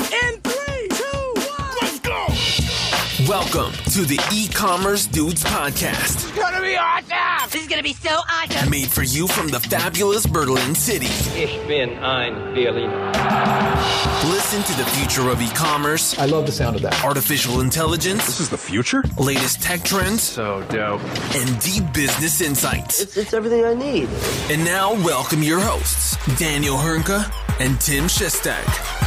In 3, 2, 1, let's go! Welcome to the E-Commerce Dudes Podcast. It's gonna be awesome! This is gonna be so awesome! Made for you from the fabulous Berlin City. Ich bin ein Berliner. Listen to the future of e-commerce. I love the sound of that. Artificial intelligence. This is the future? Latest tech trends. So dope. And deep business insights. It's everything I need. And now, welcome your hosts, Daniel Hernke and Tim Shestag.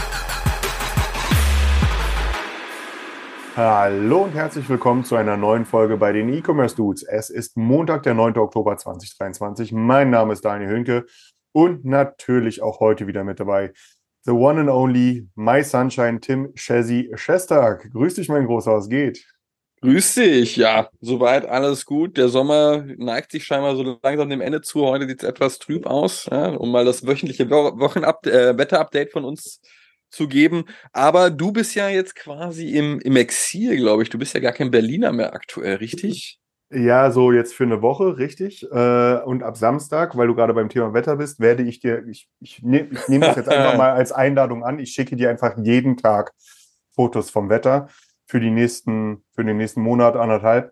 Hallo und herzlich willkommen zu einer neuen Folge bei den E-Commerce Dudes. Es ist Montag, der 9. Oktober 2023. Mein Name ist Daniel Hönke und natürlich auch heute wieder mit dabei the one and only My Sunshine, Tim Shazzy Shestag. Grüß dich, mein Großer, was geht? Grüß dich, ja, soweit alles gut. Der Sommer neigt sich scheinbar so langsam dem Ende zu. Heute sieht es etwas trüb aus, ja, um mal das wöchentliche Wetterupdate von uns zu geben. Aber du bist ja jetzt quasi im Exil, glaube ich. Du bist ja gar kein Berliner mehr aktuell, richtig? Ja, so jetzt für eine Woche, richtig. Und ab Samstag, weil du gerade beim Thema Wetter bist, werde ich dir, ich nehme das jetzt einfach mal als Einladung an. Ich schicke dir einfach jeden Tag Fotos vom Wetter für den nächsten Monat, anderthalb,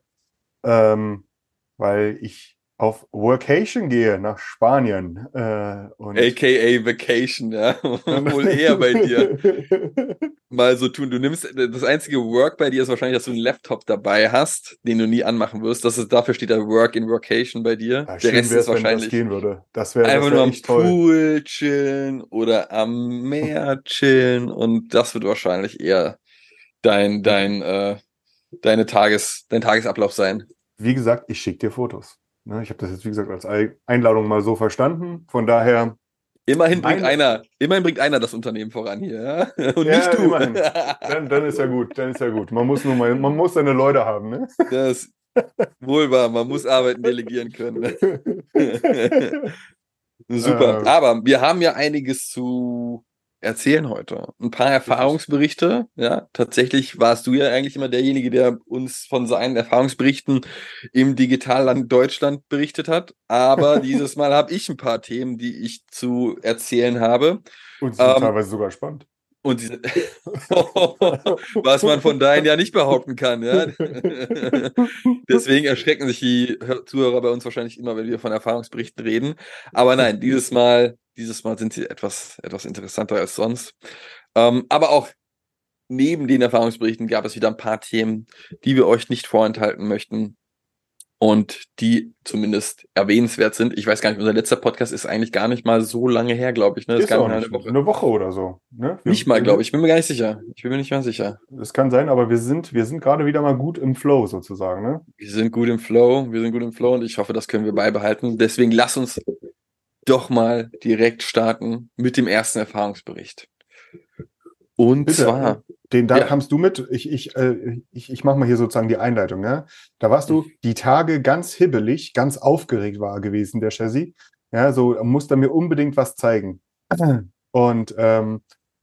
weil ich auf Workation gehe nach Spanien. Und AKA Vacation, ja. Wohl eher bei dir. Mal so tun. Du nimmst, das einzige Work bei dir ist wahrscheinlich, dass du einen Laptop dabei hast, den du nie anmachen wirst. Dafür steht da Work in Workation bei dir. Ja, der Rest ist wahrscheinlich, wenn das gehen würde. Einfach nur am toll. Pool chillen oder am Meer chillen, und das wird wahrscheinlich eher dein Tagesablauf sein. Wie gesagt, ich schicke dir Fotos. Ich habe das jetzt, wie gesagt, als Einladung mal so verstanden. Von daher. Immerhin bringt einer das Unternehmen voran hier, ja? Und ja, nicht du. Immerhin. Dann ist ja gut. Man muss seine Leute haben, ne? Das ist wohl wahr. Man muss Arbeiten delegieren können. Super. Aber wir haben ja einiges zu erzählen heute. Ein paar Erfahrungsberichte. Ja, tatsächlich warst du ja eigentlich immer derjenige, der uns von seinen Erfahrungsberichten im Digitalland Deutschland berichtet hat. Aber dieses Mal habe ich ein paar Themen, die ich zu erzählen habe. Und sie sind teilweise sogar spannend. Und was man von deinen ja nicht behaupten kann. Ja? Deswegen erschrecken sich die Zuhörer bei uns wahrscheinlich immer, wenn wir von Erfahrungsberichten reden. Aber nein, dieses Mal sind sie etwas interessanter als sonst. Aber auch neben den Erfahrungsberichten gab es wieder ein paar Themen, die wir euch nicht vorenthalten möchten und die zumindest erwähnenswert sind. Ich weiß gar nicht, unser letzter Podcast ist eigentlich gar nicht mal so lange her, glaube ich. Ne? Das ist auch nicht eine Woche oder so. Ne? Nicht mal, glaube ich. Ich bin mir gar nicht sicher. Ich bin mir nicht mal sicher. Das kann sein, aber wir sind gerade wieder mal gut im Flow sozusagen. Ne? Wir sind gut im Flow und ich hoffe, das können wir beibehalten. Deswegen lass uns doch mal direkt starten mit dem ersten Erfahrungsbericht. Und bitte, zwar... Den kamst du mit. Ich mache mal hier sozusagen die Einleitung. Ja? Da warst du die Tage ganz hibbelig, ganz aufgeregt gewesen, der Chassis. Ja, so musste er mir unbedingt was zeigen. Und da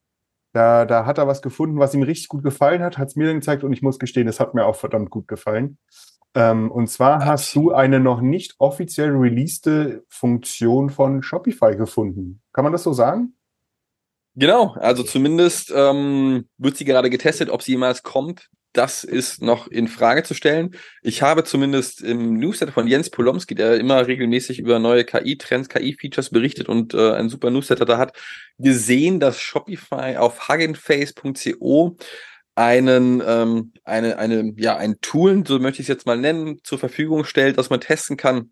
hat er was gefunden, was ihm richtig gut gefallen hat es mir dann gezeigt, und ich muss gestehen, es hat mir auch verdammt gut gefallen. Und zwar hast du eine noch nicht offiziell releaste Funktion von Shopify gefunden. Kann man das so sagen? Genau, also zumindest wird sie gerade getestet. Ob sie jemals kommt, das ist noch in Frage zu stellen. Ich habe zumindest im Newsletter von Jens Polomski, der immer regelmäßig über neue KI-Trends, KI-Features berichtet und einen super Newsletter da hat, gesehen, dass Shopify auf huggingface.co ein Tool, so möchte ich es jetzt mal nennen, zur Verfügung stellt, dass man testen kann,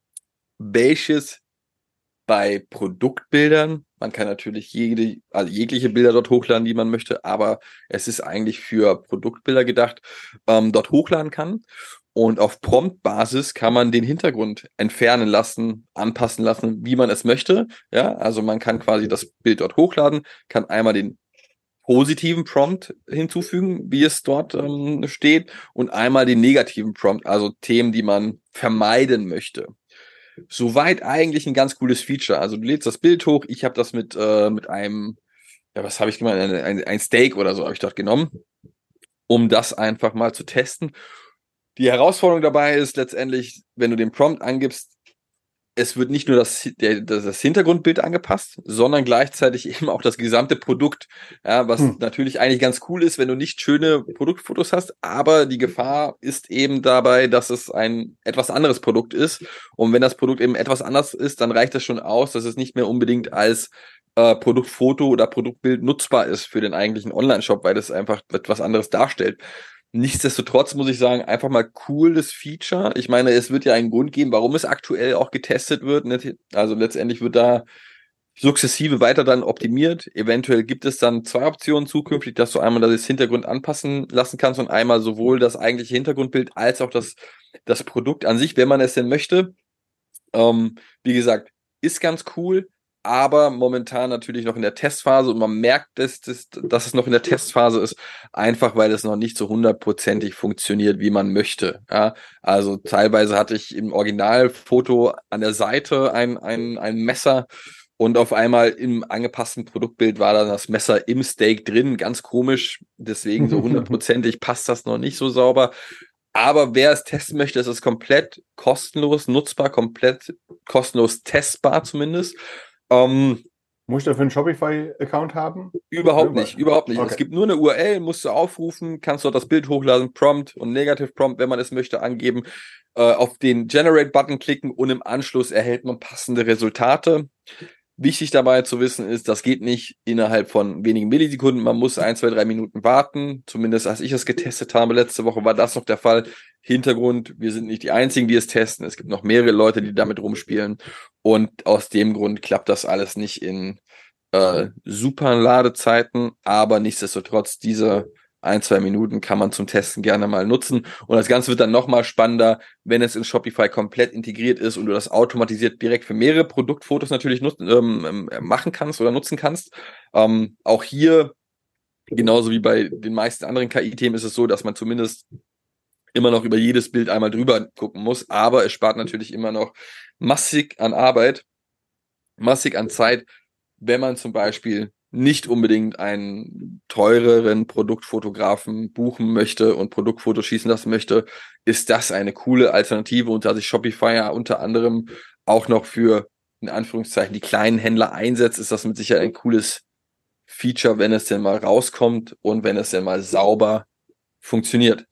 welches bei Produktbildern, man kann natürlich jegliche Bilder dort hochladen, die man möchte, aber es ist eigentlich für Produktbilder gedacht, dort hochladen kann. Und auf Prompt-Basis kann man den Hintergrund entfernen lassen, anpassen lassen, wie man es möchte. Ja, also man kann quasi das Bild dort hochladen, kann einmal den positiven Prompt hinzufügen, wie es dort steht, und einmal den negativen Prompt, also Themen, die man vermeiden möchte. Soweit eigentlich ein ganz cooles Feature. Also du lädst das Bild hoch. Ich habe das mit einem, was habe ich gemacht? Ein Steak oder so habe ich dort genommen, um das einfach mal zu testen. Die Herausforderung dabei ist letztendlich, wenn du den Prompt angibst, es wird nicht nur das Hintergrundbild angepasst, sondern gleichzeitig eben auch das gesamte Produkt. Ja, was natürlich eigentlich ganz cool ist, wenn du nicht schöne Produktfotos hast, aber die Gefahr ist eben dabei, dass es ein etwas anderes Produkt ist. Und wenn das Produkt eben etwas anders ist, dann reicht das schon aus, dass es nicht mehr unbedingt als Produktfoto oder Produktbild nutzbar ist für den eigentlichen Online-Shop, weil das einfach etwas anderes darstellt. Nichtsdestotrotz muss ich sagen, einfach mal cooles Feature. Ich meine, es wird ja einen Grund geben, warum es aktuell auch getestet wird. Also letztendlich wird da sukzessive weiter dann optimiert. Eventuell gibt es dann 2 Optionen zukünftig, dass du einmal das Hintergrund anpassen lassen kannst und einmal sowohl das eigentliche Hintergrundbild als auch das Produkt an sich, wenn man es denn möchte. Wie gesagt, ist ganz cool, aber momentan natürlich noch in der Testphase und man merkt, dass es noch in der Testphase ist, einfach weil es noch nicht so 100%ig funktioniert, wie man möchte. Ja, also teilweise hatte ich im Originalfoto an der Seite ein Messer und auf einmal im angepassten Produktbild war dann das Messer im Steak drin, ganz komisch, deswegen so 100%ig passt das noch nicht so sauber. Aber wer es testen möchte, ist es komplett kostenlos nutzbar, komplett kostenlos testbar zumindest. Muss ich dafür einen Shopify-Account haben? Überhaupt nicht. Okay. Es gibt nur eine URL, musst du aufrufen, kannst dort das Bild hochladen, Prompt und Negative Prompt, wenn man es möchte, angeben, auf den Generate-Button klicken und im Anschluss erhält man passende Resultate. Wichtig dabei zu wissen ist, das geht nicht innerhalb von wenigen Millisekunden. Man muss 1, 2, 3 Minuten warten. Zumindest als ich es getestet habe letzte Woche, war das noch der Fall. Hintergrund, wir sind nicht die Einzigen, die es testen. Es gibt noch mehrere Leute, die damit rumspielen. Und aus dem Grund klappt das alles nicht in super Ladezeiten. Aber nichtsdestotrotz, diese 1, 2 Minuten kann man zum Testen gerne mal nutzen. Und das Ganze wird dann nochmal spannender, wenn es in Shopify komplett integriert ist und du das automatisiert direkt für mehrere Produktfotos natürlich machen kannst oder nutzen kannst. Auch hier, genauso wie bei den meisten anderen KI-Themen, ist es so, dass man zumindest immer noch über jedes Bild einmal drüber gucken muss. Aber es spart natürlich immer noch massig an Arbeit, massig an Zeit, wenn man zum Beispiel nicht unbedingt einen teureren Produktfotografen buchen möchte und Produktfotos schießen lassen möchte, ist das eine coole Alternative. Und da sich Shopify ja unter anderem auch noch für, in Anführungszeichen, die kleinen Händler einsetzt, ist das mit Sicherheit ein cooles Feature, wenn es denn mal rauskommt und wenn es denn mal sauber funktioniert.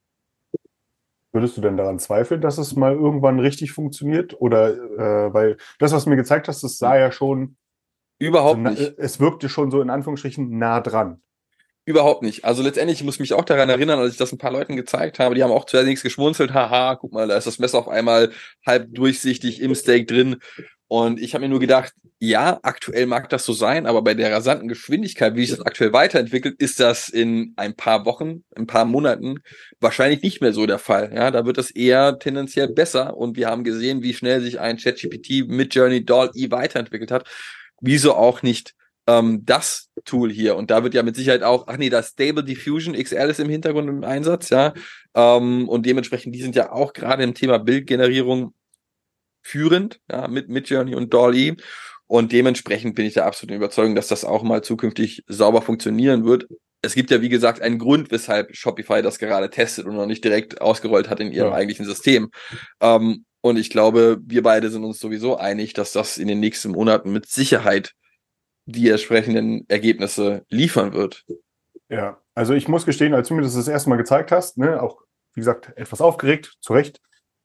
Würdest du denn daran zweifeln, dass es mal irgendwann richtig funktioniert? Oder weil das, was du mir gezeigt hast, das sah ja schon Überhaupt nicht. Es wirkte schon so in Anführungsstrichen nah dran. Überhaupt nicht. Also letztendlich muss ich mich auch daran erinnern, als ich das ein paar Leuten gezeigt habe, die haben auch zuerst geschmunzelt, haha, guck mal, da ist das Messer auf einmal halb durchsichtig im Steak drin. Und ich habe mir nur gedacht, ja, aktuell mag das so sein, aber bei der rasanten Geschwindigkeit, wie sich das aktuell weiterentwickelt, ist das in ein paar Wochen, ein paar Monaten wahrscheinlich nicht mehr so der Fall. Ja, da wird es eher tendenziell besser. Und wir haben gesehen, wie schnell sich ein ChatGPT, Midjourney, DALL-E weiterentwickelt hat. Wieso auch nicht das Tool hier? Und da wird ja mit Sicherheit auch, das Stable Diffusion XL ist im Hintergrund im Einsatz, ja. Und dementsprechend, die sind ja auch gerade im Thema Bildgenerierung führend, ja, mit Midjourney und DALL-E. Und dementsprechend bin ich der absoluten Überzeugung, dass das auch mal zukünftig sauber funktionieren wird. Es gibt ja, wie gesagt, einen Grund, weshalb Shopify das gerade testet und noch nicht direkt ausgerollt hat in ihrem eigentlichen System. Und ich glaube, wir beide sind uns sowieso einig, dass das in den nächsten Monaten mit Sicherheit die entsprechenden Ergebnisse liefern wird. Ja, also ich muss gestehen, als du mir das erste Mal gezeigt hast, ne, auch, wie gesagt, etwas aufgeregt, zu Recht,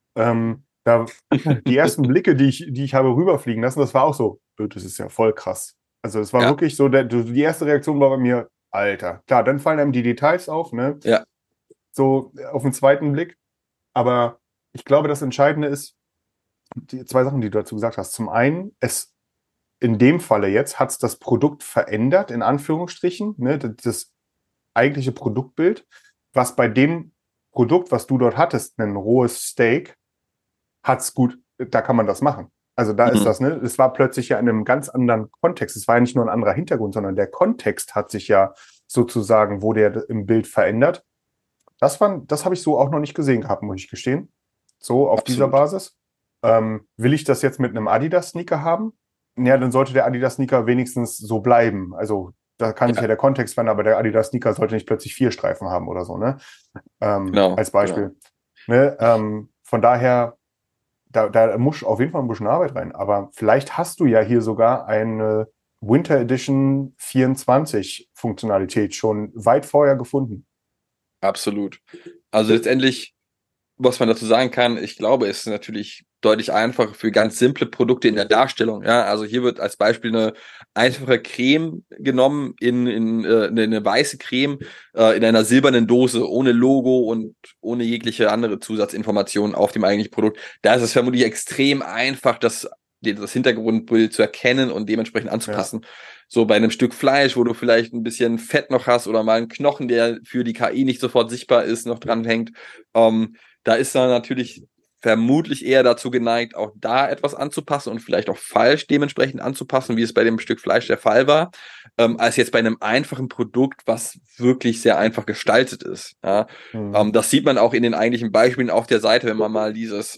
da die ersten Blicke, die ich habe rüberfliegen lassen, das war auch so, das ist ja voll krass. Also es war wirklich so, die erste Reaktion war bei mir, Alter. Klar, dann fallen einem die Details auf, ne? Ja. So auf den zweiten Blick. Aber ich glaube, das Entscheidende ist, die 2 Sachen, die du dazu gesagt hast. Zum einen, in dem Falle jetzt hat es das Produkt verändert, in Anführungsstrichen, ne, das eigentliche Produktbild, was bei dem Produkt, was du dort hattest, ein rohes Steak, hat's gut, da kann man das machen. Also da ist das, ne, es war plötzlich ja in einem ganz anderen Kontext. Es war ja nicht nur ein anderer Hintergrund, sondern der Kontext hat sich ja sozusagen, wurde ja im Bild verändert. Das habe ich so auch noch nicht gesehen gehabt, muss ich gestehen. So auf dieser Basis. Will ich das jetzt mit einem Adidas-Sneaker haben? Ja, dann sollte der Adidas-Sneaker wenigstens so bleiben. Also da kann sich ja der Kontext verändern, aber der Adidas-Sneaker sollte nicht plötzlich 4 Streifen haben oder so, ne? Als Beispiel. Genau. Ne? Von daher, da muss auf jeden Fall ein bisschen Arbeit rein. Aber vielleicht hast du ja hier sogar eine Winter Edition 24 Funktionalität schon weit vorher gefunden. Absolut. Also letztendlich, was man dazu sagen kann, ich glaube, es ist natürlich deutlich einfacher für ganz simple Produkte in der Darstellung. Ja, also hier wird als Beispiel eine einfache Creme genommen in eine weiße Creme in einer silbernen Dose ohne Logo und ohne jegliche andere Zusatzinformationen auf dem eigentlichen Produkt. Da ist es vermutlich extrem einfach, das Hintergrundbild zu erkennen und dementsprechend anzupassen. Ja. So bei einem Stück Fleisch, wo du vielleicht ein bisschen Fett noch hast oder mal einen Knochen, der für die KI nicht sofort sichtbar ist, noch dranhängt, da ist er natürlich vermutlich eher dazu geneigt, auch da etwas anzupassen und vielleicht auch falsch dementsprechend anzupassen, wie es bei dem Stück Fleisch der Fall war, als jetzt bei einem einfachen Produkt, was wirklich sehr einfach gestaltet ist. Ja? Das sieht man auch in den eigentlichen Beispielen auf der Seite, wenn man mal dieses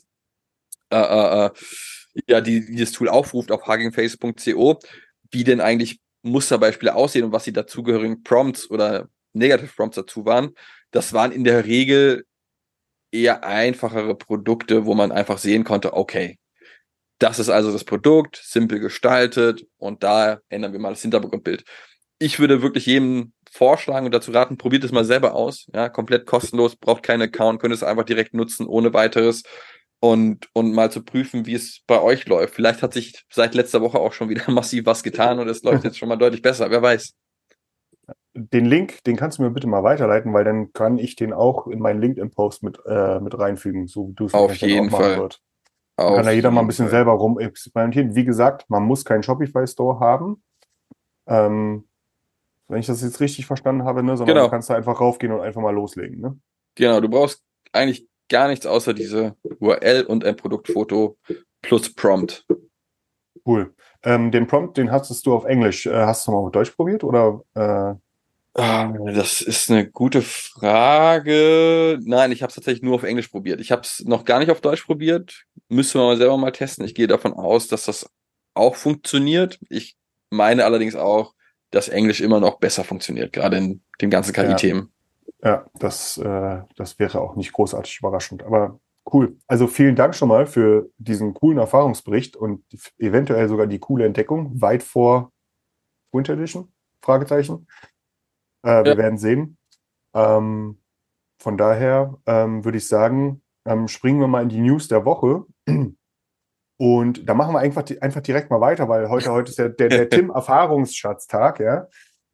dieses Tool aufruft auf huggingface.co, wie denn eigentlich Musterbeispiele aussehen und was die dazugehörigen Prompts oder Negative Prompts dazu waren. Das waren in der Regel eher einfachere Produkte, wo man einfach sehen konnte, okay, das ist also das Produkt, simpel gestaltet und da ändern wir mal das Hintergrundbild. Ich würde wirklich jedem vorschlagen und dazu raten, probiert es mal selber aus, ja, komplett kostenlos, braucht keinen Account, könnt es einfach direkt nutzen, ohne weiteres und mal zu prüfen, wie es bei euch läuft. Vielleicht hat sich seit letzter Woche auch schon wieder massiv was getan und es läuft jetzt schon mal deutlich besser, wer weiß. Den Link, den kannst du mir bitte mal weiterleiten, weil dann kann ich den auch in meinen LinkedIn-Post mit reinfügen, so wie du es auf jeden Fall wird. Dann kann da jeder mal ein bisschen selber rum experimentieren. Wie gesagt, man muss keinen Shopify-Store haben, wenn ich das jetzt richtig verstanden habe, ne? Sondern du kannst da einfach raufgehen und einfach mal loslegen. Ne? Genau, du brauchst eigentlich gar nichts außer diese URL und ein Produktfoto plus Prompt. Cool. Den Prompt, den hattest du auf Englisch. Hast du mal auf Deutsch probiert oder? Das ist eine gute Frage. Nein, ich habe es tatsächlich nur auf Englisch probiert. Ich habe es noch gar nicht auf Deutsch probiert. Müssen wir mal selber mal testen. Ich gehe davon aus, dass das auch funktioniert. Ich meine allerdings auch, dass Englisch immer noch besser funktioniert, gerade in den ganzen KI-Themen. Ja, das wäre auch nicht großartig überraschend. Aber cool. Also vielen Dank schon mal für diesen coolen Erfahrungsbericht und eventuell sogar die coole Entdeckung weit vor Winter Edition? Fragezeichen. Wir werden sehen. Von daher würde ich sagen, springen wir mal in die News der Woche. Und da machen wir einfach direkt mal weiter, weil heute ist der Tim-Erfahrungsschatztag. Ja?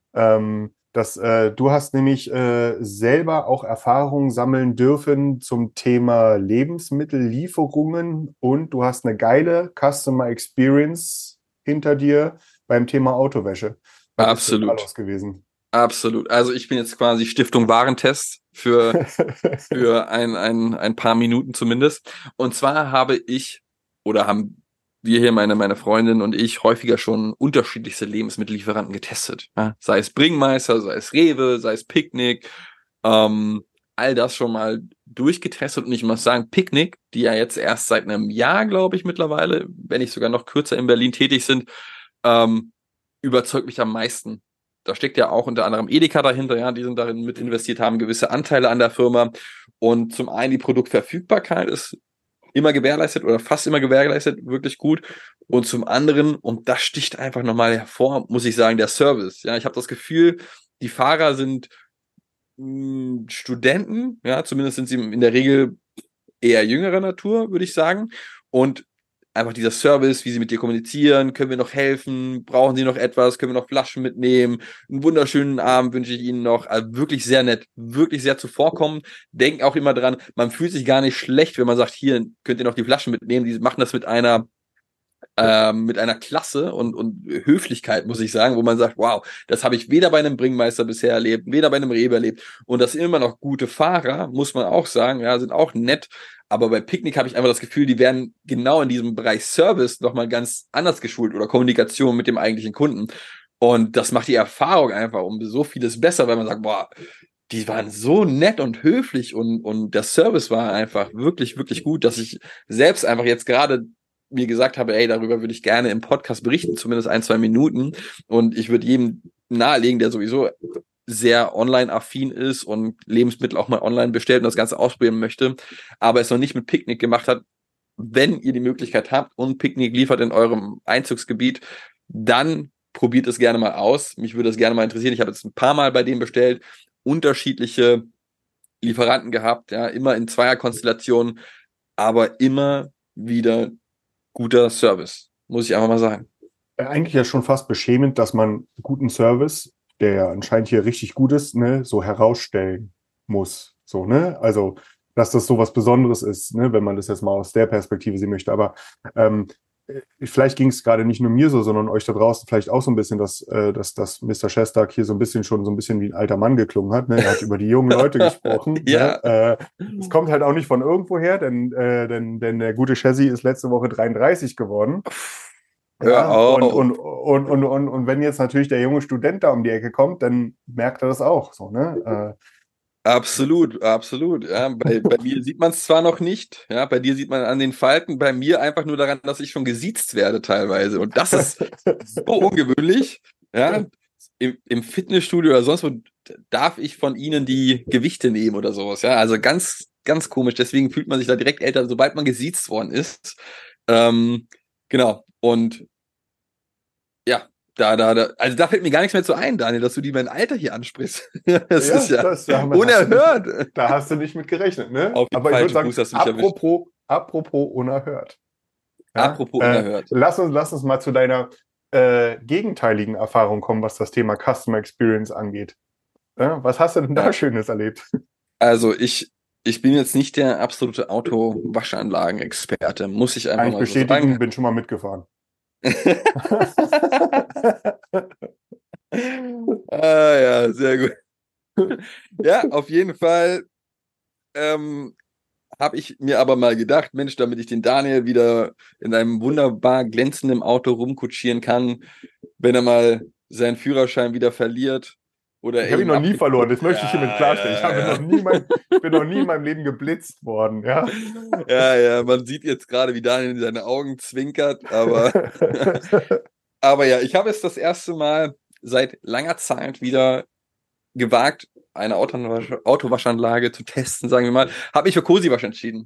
Du hast nämlich selber auch Erfahrungen sammeln dürfen zum Thema Lebensmittellieferungen und du hast eine geile Customer Experience hinter dir beim Thema Autowäsche. Was Absolut. Ist gewesen? Absolut. Also ich bin jetzt quasi Stiftung Warentest für ein paar Minuten zumindest. Und zwar haben wir hier, meine Freundin und ich, häufiger schon unterschiedlichste Lebensmittellieferanten getestet. Ja? Sei es Bringmeister, sei es Rewe, sei es Picknick, all das schon mal durchgetestet. Und ich muss sagen, Picknick, die ja jetzt erst seit einem Jahr, glaube ich, mittlerweile, wenn nicht sogar noch kürzer in Berlin tätig sind, überzeugt mich am meisten. Da steckt ja auch unter anderem Edeka dahinter, ja, die sind darin mit investiert, haben gewisse Anteile an der Firma. Und zum einen die Produktverfügbarkeit ist immer gewährleistet oder fast immer gewährleistet, wirklich gut. Und zum anderen, und das sticht einfach nochmal hervor, muss ich sagen, der Service. Ja, ich habe das Gefühl, die Fahrer sind Studenten, ja, zumindest sind sie in der Regel eher jüngerer Natur, würde ich sagen. Und einfach dieser Service, wie sie mit dir kommunizieren, können wir noch helfen, brauchen sie noch etwas, können wir noch Flaschen mitnehmen, einen wunderschönen Abend wünsche ich ihnen noch, also wirklich sehr nett, wirklich sehr zuvorkommend, denken auch immer dran, man fühlt sich gar nicht schlecht, wenn man sagt, hier könnt ihr noch die Flaschen mitnehmen, die machen das mit einer Klasse und Höflichkeit, muss ich sagen, wo man sagt, wow, das habe ich weder bei einem Bringmeister bisher erlebt, weder bei einem Rewe erlebt und das sind immer noch gute Fahrer, muss man auch sagen, ja, sind auch nett, aber bei Picknick habe ich einfach das Gefühl, die werden genau in diesem Bereich Service nochmal ganz anders geschult oder Kommunikation mit dem eigentlichen Kunden und das macht die Erfahrung einfach um so vieles besser, weil man sagt, boah, die waren so nett und höflich und der Service war einfach wirklich, wirklich gut, dass ich selbst einfach jetzt gerade mir gesagt habe, ey, darüber würde ich gerne im Podcast berichten, zumindest 1-2 Minuten. Und ich würde jedem nahelegen, der sowieso sehr online-affin ist und Lebensmittel auch mal online bestellt und das Ganze ausprobieren möchte, aber es noch nicht mit Picknick gemacht hat, wenn ihr die Möglichkeit habt und Picknick liefert in eurem Einzugsgebiet, dann probiert es gerne mal aus. Mich würde es gerne mal interessieren. Ich habe jetzt ein paar Mal bei denen bestellt, unterschiedliche Lieferanten gehabt, ja, immer in Zweierkonstellationen, aber immer wieder guter Service, muss ich einfach mal sagen. Eigentlich ja schon fast beschämend, dass man guten Service, der ja anscheinend hier richtig gut ist, ne, so herausstellen muss. So, ne? Also, dass das so was Besonderes ist, ne, wenn man das jetzt mal aus der Perspektive sehen möchte. Aber vielleicht ging es gerade nicht nur mir so, sondern euch da draußen vielleicht auch so ein bisschen, dass Mr. Shestak hier so ein bisschen wie ein alter Mann geklungen hat. Ne? Er hat über die jungen Leute gesprochen. Ja. Ne? Es kommt halt auch nicht von irgendwo her, denn der gute Chessy ist letzte Woche 33 geworden. Hör auf. Und wenn jetzt natürlich der junge Student da um die Ecke kommt, dann merkt er das auch. So, ne? Absolut, absolut. Ja, bei mir sieht man es zwar noch nicht, ja, bei dir sieht man an den Falten, bei mir einfach nur daran, dass ich schon gesiezt werde teilweise. Und das ist so ungewöhnlich. Ja. Im Fitnessstudio oder sonst wo darf ich von ihnen die Gewichte nehmen oder sowas. Ja, also ganz, ganz komisch. Deswegen fühlt man sich da direkt älter, sobald man gesiezt worden ist. Genau. Und ja. Also da fällt mir gar nichts mehr zu ein, Daniel, dass du die mein Alter hier ansprichst. Das ist ja unerhört. Da hast du nicht mit gerechnet, ne? Auf jeden Aber Fall, ich würde sagen, apropos unerhört. Ja? Apropos unerhört. Lass uns mal zu deiner gegenteiligen Erfahrung kommen, was das Thema Customer Experience angeht. Ja? Was hast du denn da Schönes erlebt? Also ich bin jetzt nicht der absolute Autowaschanlagen-Experte, muss ich einfach mal so sagen. Bin schon mal mitgefahren. Ja, sehr gut. Ja, auf jeden Fall habe ich mir aber mal gedacht, Mensch, damit ich den Daniel wieder in einem wunderbar glänzenden Auto rumkutschieren kann, wenn er mal seinen Führerschein wieder verliert. Oder ich habe ihn noch nie verloren, das möchte ich hiermit klarstellen. Ich bin noch nie in meinem Leben geblitzt worden. Ja, ja, man sieht jetzt gerade, wie Daniel in seine Augen zwinkert, aber ja, ich habe es das erste Mal seit langer Zeit wieder gewagt, eine Autowaschanlage zu testen, sagen wir mal. Habe mich für Cosiwasch entschieden.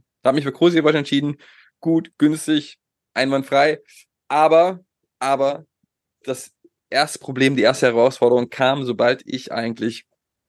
Gut, günstig, einwandfrei. Aber das erste Problem, die erste Herausforderung kam, sobald ich eigentlich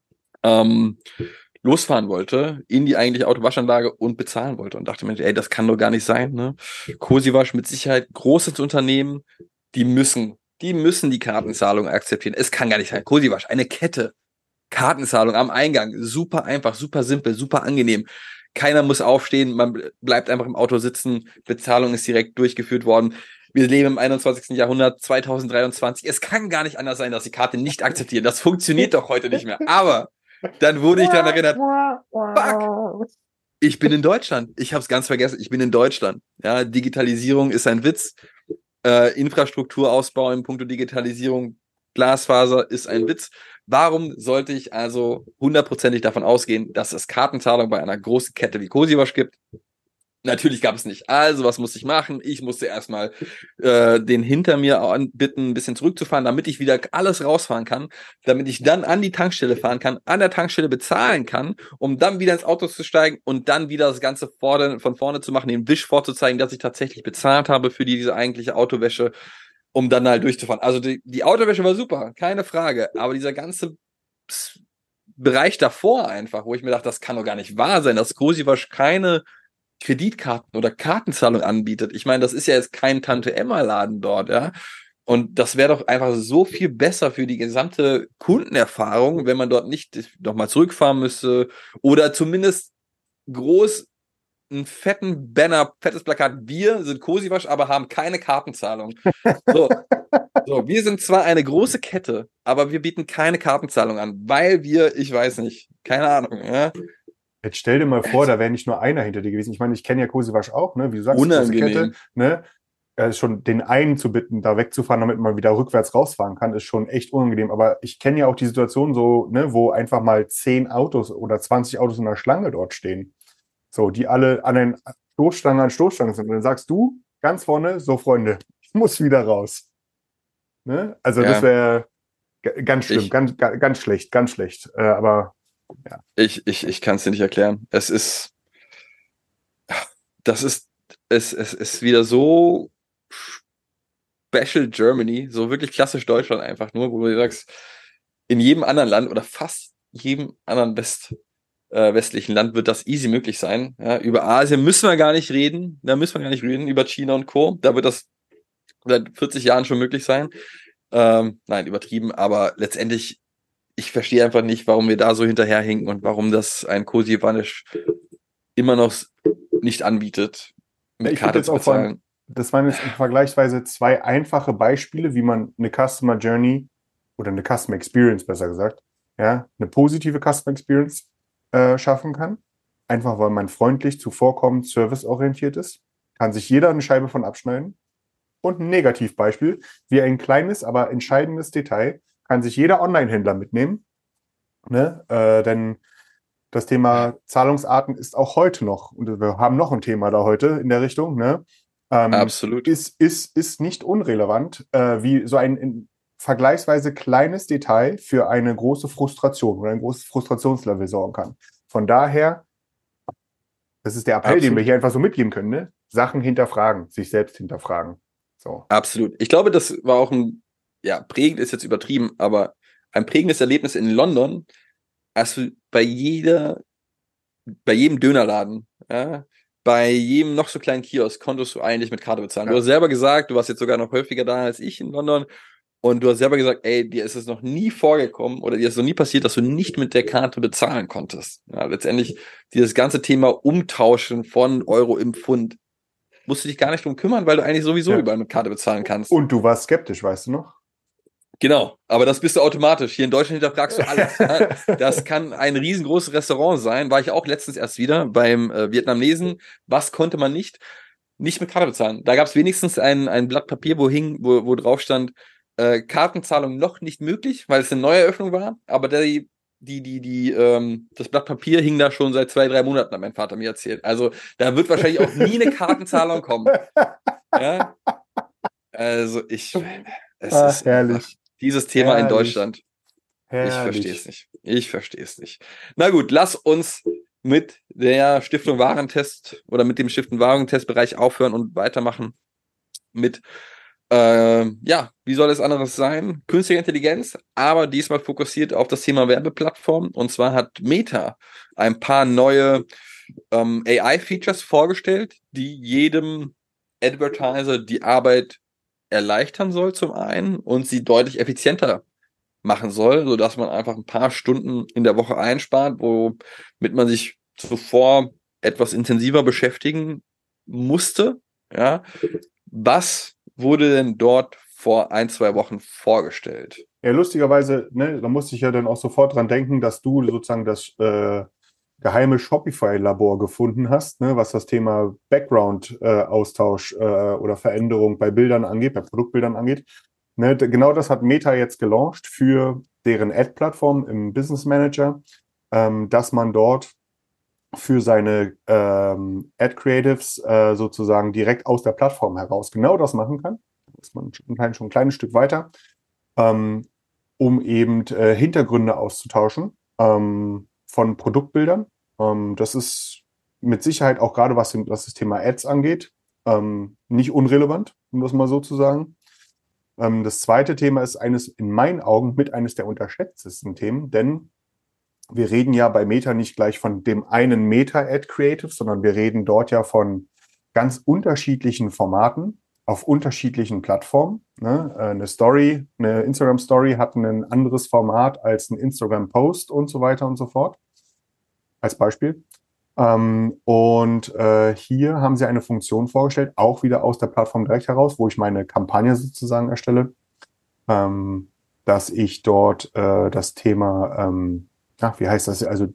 losfahren wollte, in die eigentliche Autowaschanlage und bezahlen wollte und dachte mir, ey, das kann doch gar nicht sein, ne? Cosiwasch mit Sicherheit, großes Unternehmen, die müssen die Kartenzahlung akzeptieren. Es kann gar nicht sein. Cosiwasch, eine Kette, Kartenzahlung am Eingang, super einfach, super simpel, super angenehm. Keiner muss aufstehen, man bleibt einfach im Auto sitzen, Bezahlung ist direkt durchgeführt worden. Wir leben im 21. Jahrhundert, 2023. Es kann gar nicht anders sein, dass die Karte nicht akzeptiert. Das funktioniert doch heute nicht mehr. Aber dann wurde ich daran erinnert, fuck, ich bin in Deutschland. Ich habe es ganz vergessen, ich bin in Deutschland. Ja, Digitalisierung ist ein Witz. Infrastrukturausbau in puncto Digitalisierung, Glasfaser ist ein Witz. Warum sollte ich also 100%ig davon ausgehen, dass es Kartenzahlung bei einer großen Kette wie Cosiwasch gibt? Natürlich gab es nicht. Also, was musste ich machen? Ich musste erstmal den hinter mir bitten, ein bisschen zurückzufahren, damit ich wieder alles rausfahren kann, damit ich dann an die Tankstelle fahren kann, an der Tankstelle bezahlen kann, um dann wieder ins Auto zu steigen und dann wieder das Ganze von vorne zu machen, den Wisch vorzuzeigen, dass ich tatsächlich bezahlt habe für diese eigentliche Autowäsche, um dann halt durchzufahren. Also die Autowäsche war super, keine Frage, aber dieser ganze Bereich davor einfach, wo ich mir dachte, das kann doch gar nicht wahr sein, dass Cosiwasch keine Kreditkarten oder Kartenzahlung anbietet. Ich meine, das ist ja jetzt kein Tante-Emma-Laden dort, ja. Und das wäre doch einfach so viel besser für die gesamte Kundenerfahrung, wenn man dort nicht nochmal zurückfahren müsste oder zumindest groß einen fetten Banner, fettes Plakat, wir sind Cosiwasch, aber haben keine Kartenzahlung. So, wir sind zwar eine große Kette, aber wir bieten keine Kartenzahlung an, weil ich weiß nicht, keine Ahnung, ja. Jetzt stell dir mal vor, da wäre nicht nur einer hinter dir gewesen. Ich meine, ich kenne ja Cosiwasch auch, ne? Wie du sagst, große Kette, ne? Schon den einen zu bitten, da wegzufahren, damit man wieder rückwärts rausfahren kann, ist schon echt unangenehm. Aber ich kenne ja auch die Situation so, ne, wo einfach mal 10 Autos oder 20 Autos in der Schlange dort stehen. So, die alle an den Stoßstangen sind. Und dann sagst du ganz vorne, so Freunde, ich muss wieder raus. Ne? Also das wäre ganz schlimm, ganz schlecht. Aber ja. Ich kann es dir nicht erklären. Das ist es ist wieder so Special Germany, so wirklich klassisch Deutschland einfach nur, wo du sagst, in jedem anderen Land oder fast jedem anderen westlichen Land wird das easy möglich sein. Ja, über Asien müssen wir gar nicht reden, über China und Co. Da wird das seit 40 Jahren schon möglich sein. Nein, übertrieben, aber letztendlich, ich verstehe einfach nicht, warum wir da so hinterherhinken und warum das ein Cozy Vanish immer noch nicht anbietet, mit Ich Karte würde zu jetzt auch bezahlen. das waren jetzt vergleichsweise zwei einfache Beispiele, wie man eine Customer Journey oder eine Customer Experience, besser gesagt, ja, eine positive Customer Experience schaffen kann. Einfach weil man freundlich, zuvorkommend, serviceorientiert ist. Kann sich jeder eine Scheibe von abschneiden. Und ein Negativbeispiel, wie ein kleines, aber entscheidendes Detail, kann sich jeder Online-Händler mitnehmen. Ne? Denn das Thema Zahlungsarten ist auch heute noch, und wir haben noch ein Thema da heute in der Richtung, ne? Absolut. Ist nicht unrelevant, wie so ein vergleichsweise kleines Detail für eine große Frustration oder ein großes Frustrationslevel sorgen kann. Von daher, das ist der Appell, den wir Absolut. hier einfach so mitgeben können, ne? Sachen hinterfragen, sich selbst hinterfragen. So. Absolut. Ich glaube, das war auch prägend ist jetzt übertrieben, aber ein prägendes Erlebnis in London, als du bei jedem Dönerladen, ja, bei jedem noch so kleinen Kiosk konntest du eigentlich mit Karte bezahlen. Ja. Du hast selber gesagt, du warst jetzt sogar noch häufiger da als ich in London und du hast selber gesagt, ey, dir ist es noch nie vorgekommen oder dir ist noch nie passiert, dass du nicht mit der Karte bezahlen konntest. Ja, letztendlich dieses ganze Thema Umtauschen von Euro im Pfund musst du dich gar nicht drum kümmern, weil du eigentlich sowieso überall mit Karte bezahlen kannst. Und du warst skeptisch, weißt du noch? Genau, aber das bist du automatisch. Hier in Deutschland hinterfragst du alles. Ja. Das kann ein riesengroßes Restaurant sein. War ich auch letztens erst wieder beim Vietnamesen. Was konnte man nicht? Nicht mit Karte bezahlen. Da gab es wenigstens ein Blatt Papier, wo drauf stand, Kartenzahlung noch nicht möglich, weil es eine Neueröffnung war. Aber das Blatt Papier hing da schon seit 2-3 Monaten, hat mein Vater mir erzählt. Also da wird wahrscheinlich auch nie eine Kartenzahlung kommen. Ja? Also es ist herrlich. einfach dieses Thema in Herrlich. Deutschland. Herrlich. Ich verstehe es nicht. Na gut, lass uns mit der Stiftung Warentest oder mit dem Stiftung Warentestbereich aufhören und weitermachen mit wie soll es anderes sein? Künstliche Intelligenz, aber diesmal fokussiert auf das Thema Werbeplattform. Und zwar hat Meta ein paar neue AI-Features vorgestellt, die jedem Advertiser die Arbeit erleichtern soll zum einen und sie deutlich effizienter machen soll, sodass man einfach ein paar Stunden in der Woche einspart, womit man sich zuvor etwas intensiver beschäftigen musste. Ja. Was wurde denn dort vor 1-2 Wochen vorgestellt? Ja, lustigerweise, ne, da musste ich ja dann auch sofort dran denken, dass du sozusagen das geheime Shopify-Labor gefunden hast, ne, was das Thema Background-Austausch oder Veränderung bei Bildern angeht, bei Produktbildern angeht. Ne, genau das hat Meta jetzt gelauncht für deren Ad-Plattform im Business Manager, dass man dort für seine Ad-Creatives sozusagen direkt aus der Plattform heraus genau das machen kann. Da ist man schon ein kleines Stück weiter, um eben Hintergründe auszutauschen von Produktbildern. Das ist mit Sicherheit auch gerade, was das Thema Ads angeht, nicht unrelevant, um das mal so zu sagen. Das zweite Thema ist in meinen Augen eines der unterschätztesten Themen, denn wir reden ja bei Meta nicht gleich von dem einen Meta-Ad-Creative, sondern wir reden dort ja von ganz unterschiedlichen Formaten auf unterschiedlichen Plattformen. Ne? Eine Instagram-Story hat ein anderes Format als ein Instagram-Post und so weiter und so fort. Als Beispiel. Und hier haben sie eine Funktion vorgestellt, auch wieder aus der Plattform direkt heraus, wo ich meine Kampagne sozusagen erstelle, dass ich dort das Thema wie heißt das? Also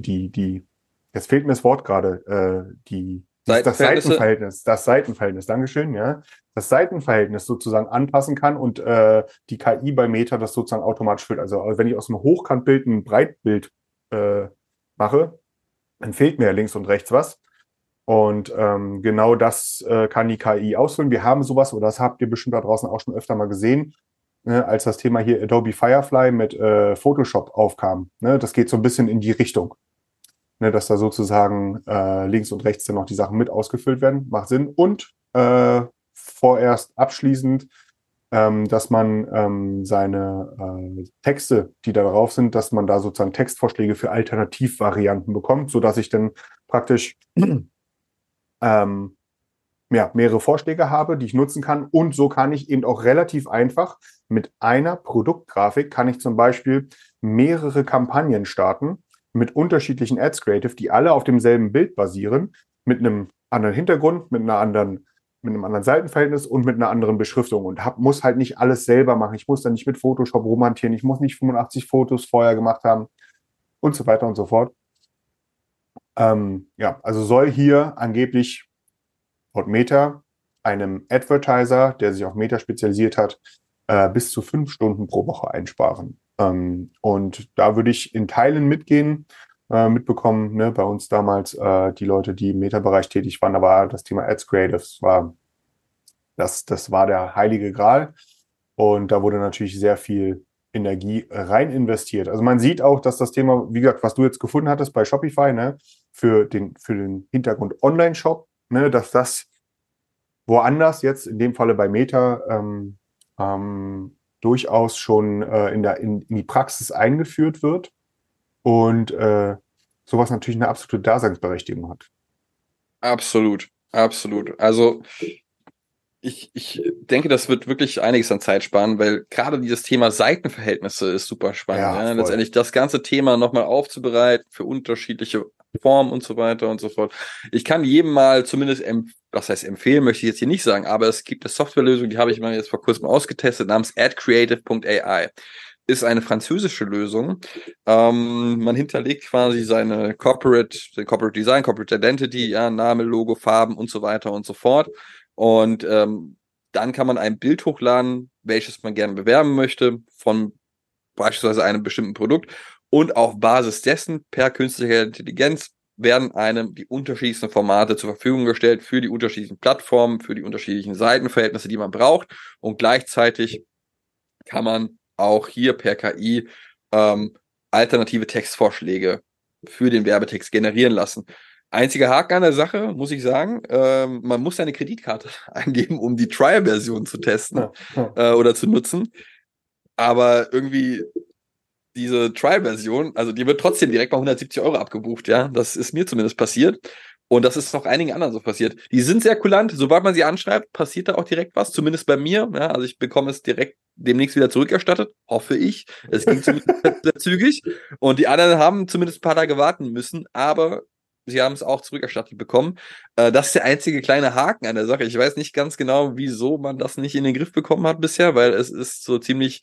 jetzt fehlt mir das Wort gerade, das Seitenverhältnis, Dankeschön, ja. Das Seitenverhältnis sozusagen anpassen kann und die KI bei Meta das sozusagen automatisch füllt. Also wenn ich aus einem Hochkantbild ein Breitbild mache, dann fehlt mir ja links und rechts was. Und genau das kann die KI ausfüllen. Wir haben sowas, oder das habt ihr bestimmt da draußen auch schon öfter mal gesehen, als das Thema hier Adobe Firefly mit Photoshop aufkam. Ne? Das geht so ein bisschen in die Richtung. ne, dass da sozusagen links und rechts dann noch die Sachen mit ausgefüllt werden. Macht Sinn. Und vorerst abschließend, dass man seine Texte, die da drauf sind, dass man da sozusagen Textvorschläge für Alternativvarianten bekommt, sodass ich dann praktisch mehrere Vorschläge habe, die ich nutzen kann. Und so kann ich eben auch relativ einfach mit einer Produktgrafik kann ich zum Beispiel mehrere Kampagnen starten mit unterschiedlichen Ads Creative, die alle auf demselben Bild basieren, mit einem anderen Hintergrund, mit einem anderen Seitenverhältnis und mit einer anderen Beschriftung und muss halt nicht alles selber machen. Ich muss dann nicht mit Photoshop romantieren, ich muss nicht 85 Fotos vorher gemacht haben und so weiter und so fort. Also soll hier angeblich laut Meta einem Advertiser, der sich auf Meta spezialisiert hat, bis zu 5 Stunden pro Woche einsparen. Und da würde ich in Teilen mitbekommen, ne, bei uns damals die Leute, die im Meta-Bereich tätig waren, da war das Thema Ads Creatives, das war der heilige Gral. Und da wurde natürlich sehr viel Energie rein investiert. Also man sieht auch, dass das Thema, wie gesagt, was du jetzt gefunden hattest bei Shopify, ne, für den Hintergrund Online-Shop, ne, dass das woanders jetzt, in dem Falle bei Meta, durchaus schon in die Praxis eingeführt wird und sowas natürlich eine absolute Daseinsberechtigung hat. Absolut, absolut. Also ich denke, das wird wirklich einiges an Zeit sparen, weil gerade dieses Thema Seitenverhältnnisse ist super spannend. Ja, letztendlich das ganze Thema nochmal aufzubereiten für unterschiedliche Formen und so weiter und so fort. Ich kann jedem mal zumindest, was heißt empfehlen, möchte ich jetzt hier nicht sagen, aber es gibt eine Softwarelösung, die habe ich mal jetzt vor kurzem ausgetestet, namens adcreative.ai. Ist eine französische Lösung. Man hinterlegt quasi sein Corporate Design, Corporate Identity, ja, Name, Logo, Farben und so weiter und so fort. Und dann kann man ein Bild hochladen, welches man gerne bewerben möchte, von beispielsweise einem bestimmten Produkt. Und auf Basis dessen, per künstlicher Intelligenz, werden einem die unterschiedlichsten Formate zur Verfügung gestellt für die unterschiedlichen Plattformen, für die unterschiedlichen Seitenverhältnisse, die man braucht. Und gleichzeitig kann man auch hier per KI alternative Textvorschläge für den Werbetext generieren lassen. Einziger Haken an der Sache, muss ich sagen, man muss seine Kreditkarte eingeben, um die Trial-Version zu testen oder zu nutzen. Aber irgendwie diese Trial-Version, also die wird trotzdem direkt mal 170 € abgebucht, ja. Das ist mir zumindest passiert. Und das ist noch einigen anderen so passiert. Die sind sehr kulant. Sobald man sie anschreibt, passiert da auch direkt was. Zumindest bei mir. Ja, also ich bekomme es direkt demnächst wieder zurückerstattet. Hoffe ich. Es ging zumindest sehr zügig. Und die anderen haben zumindest ein paar Tage warten müssen. Aber sie haben es auch zurückerstattet bekommen. Das ist der einzige kleine Haken an der Sache. Ich weiß nicht ganz genau, wieso man das nicht in den Griff bekommen hat bisher, weil es ist so ziemlich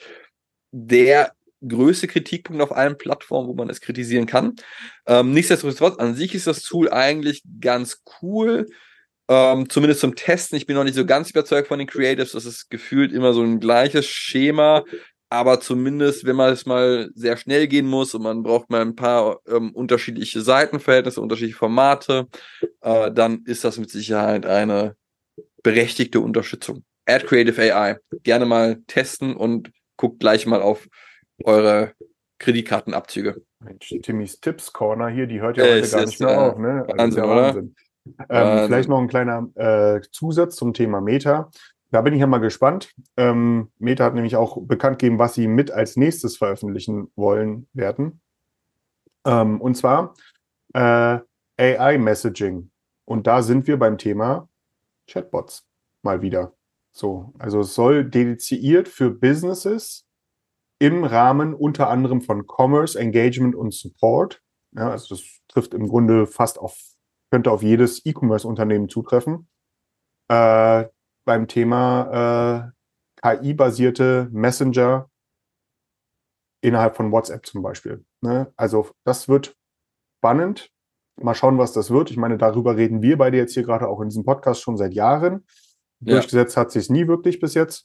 der größte Kritikpunkt auf allen Plattformen, wo man es kritisieren kann. Nichtsdestotrotz, an sich ist das Tool eigentlich ganz cool, zumindest zum Testen. Ich bin noch nicht so ganz überzeugt von den Creatives, das ist gefühlt immer so ein gleiches Schema, aber zumindest, wenn man es mal sehr schnell gehen muss und man braucht mal ein paar unterschiedliche Seitenverhältnisse, unterschiedliche Formate, dann ist das mit Sicherheit eine berechtigte Unterstützung. Ad Creative AI. Gerne mal testen und guckt gleich mal auf eure Kreditkartenabzüge. Mensch, Timmys Tipps Corner hier, die hört ja heute gar nicht mehr auf, ne? Wahnsinn, also Wahnsinn. Vielleicht noch ein kleiner Zusatz zum Thema Meta. Da bin ich ja mal gespannt. Meta hat nämlich auch bekannt gegeben, was sie mit als nächstes veröffentlichen wollen werden. Und zwar AI-Messaging. Und da sind wir beim Thema Chatbots mal wieder. So, also es soll dediziert für Businesses im Rahmen unter anderem von Commerce, Engagement und Support. Ja, also das trifft im Grunde könnte auf jedes E-Commerce-Unternehmen zutreffen. Beim Thema KI-basierte Messenger innerhalb von WhatsApp zum Beispiel. Ne? Also das wird spannend. Mal schauen, was das wird. Ich meine, darüber reden wir beide jetzt hier gerade auch in diesem Podcast schon seit Jahren. Ja. Durchgesetzt hat sich es nie wirklich bis jetzt.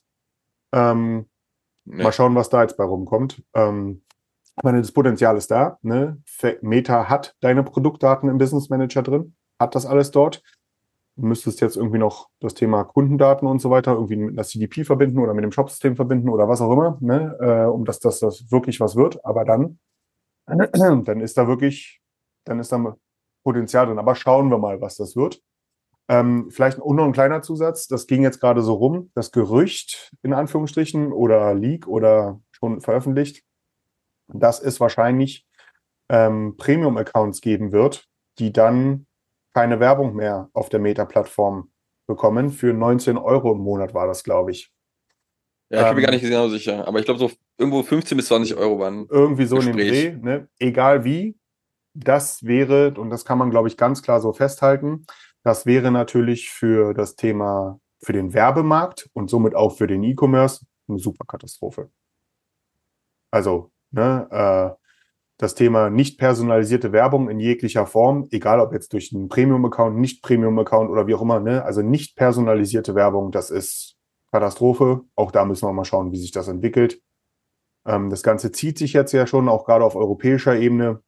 Mal schauen, was da jetzt bei rumkommt. Ich meine, das Potenzial ist da. Ne? Meta hat deine Produktdaten im Business Manager drin, hat das alles dort. Du müsstest jetzt irgendwie noch das Thema Kundendaten und so weiter irgendwie mit einer CDP verbinden oder mit dem Shopsystem verbinden oder was auch immer, ne? Um dass das wirklich was wird. Aber dann ist da wirklich dann ist da Potenzial drin. Aber schauen wir mal, was das wird. Vielleicht noch ein kleiner Zusatz. Das ging jetzt gerade so rum. Das Gerücht, in Anführungsstrichen, oder Leak oder schon veröffentlicht, dass es wahrscheinlich Premium-Accounts geben wird, die dann keine Werbung mehr auf der Meta-Plattform bekommen. Für 19 Euro im Monat war das, glaube ich. Ja, ich bin mir gar nicht genau sicher. Aber ich glaube, so irgendwo 15 bis 20 Euro waren irgendwie so Gespräch. in dem Dreh. Ne? Egal wie, das wäre, und das kann man, glaube ich, ganz klar so festhalten, das wäre natürlich für das Thema, für den Werbemarkt und somit auch für den E-Commerce eine super Katastrophe. Also, ne, das Thema nicht personalisierte Werbung in jeglicher Form, egal ob jetzt durch einen Premium-Account, Nicht-Premium-Account oder wie auch immer, ne, also nicht personalisierte Werbung, das ist Katastrophe. Auch da müssen wir mal schauen, wie sich das entwickelt. Das Ganze zieht sich jetzt ja schon, auch gerade auf europäischer Ebene.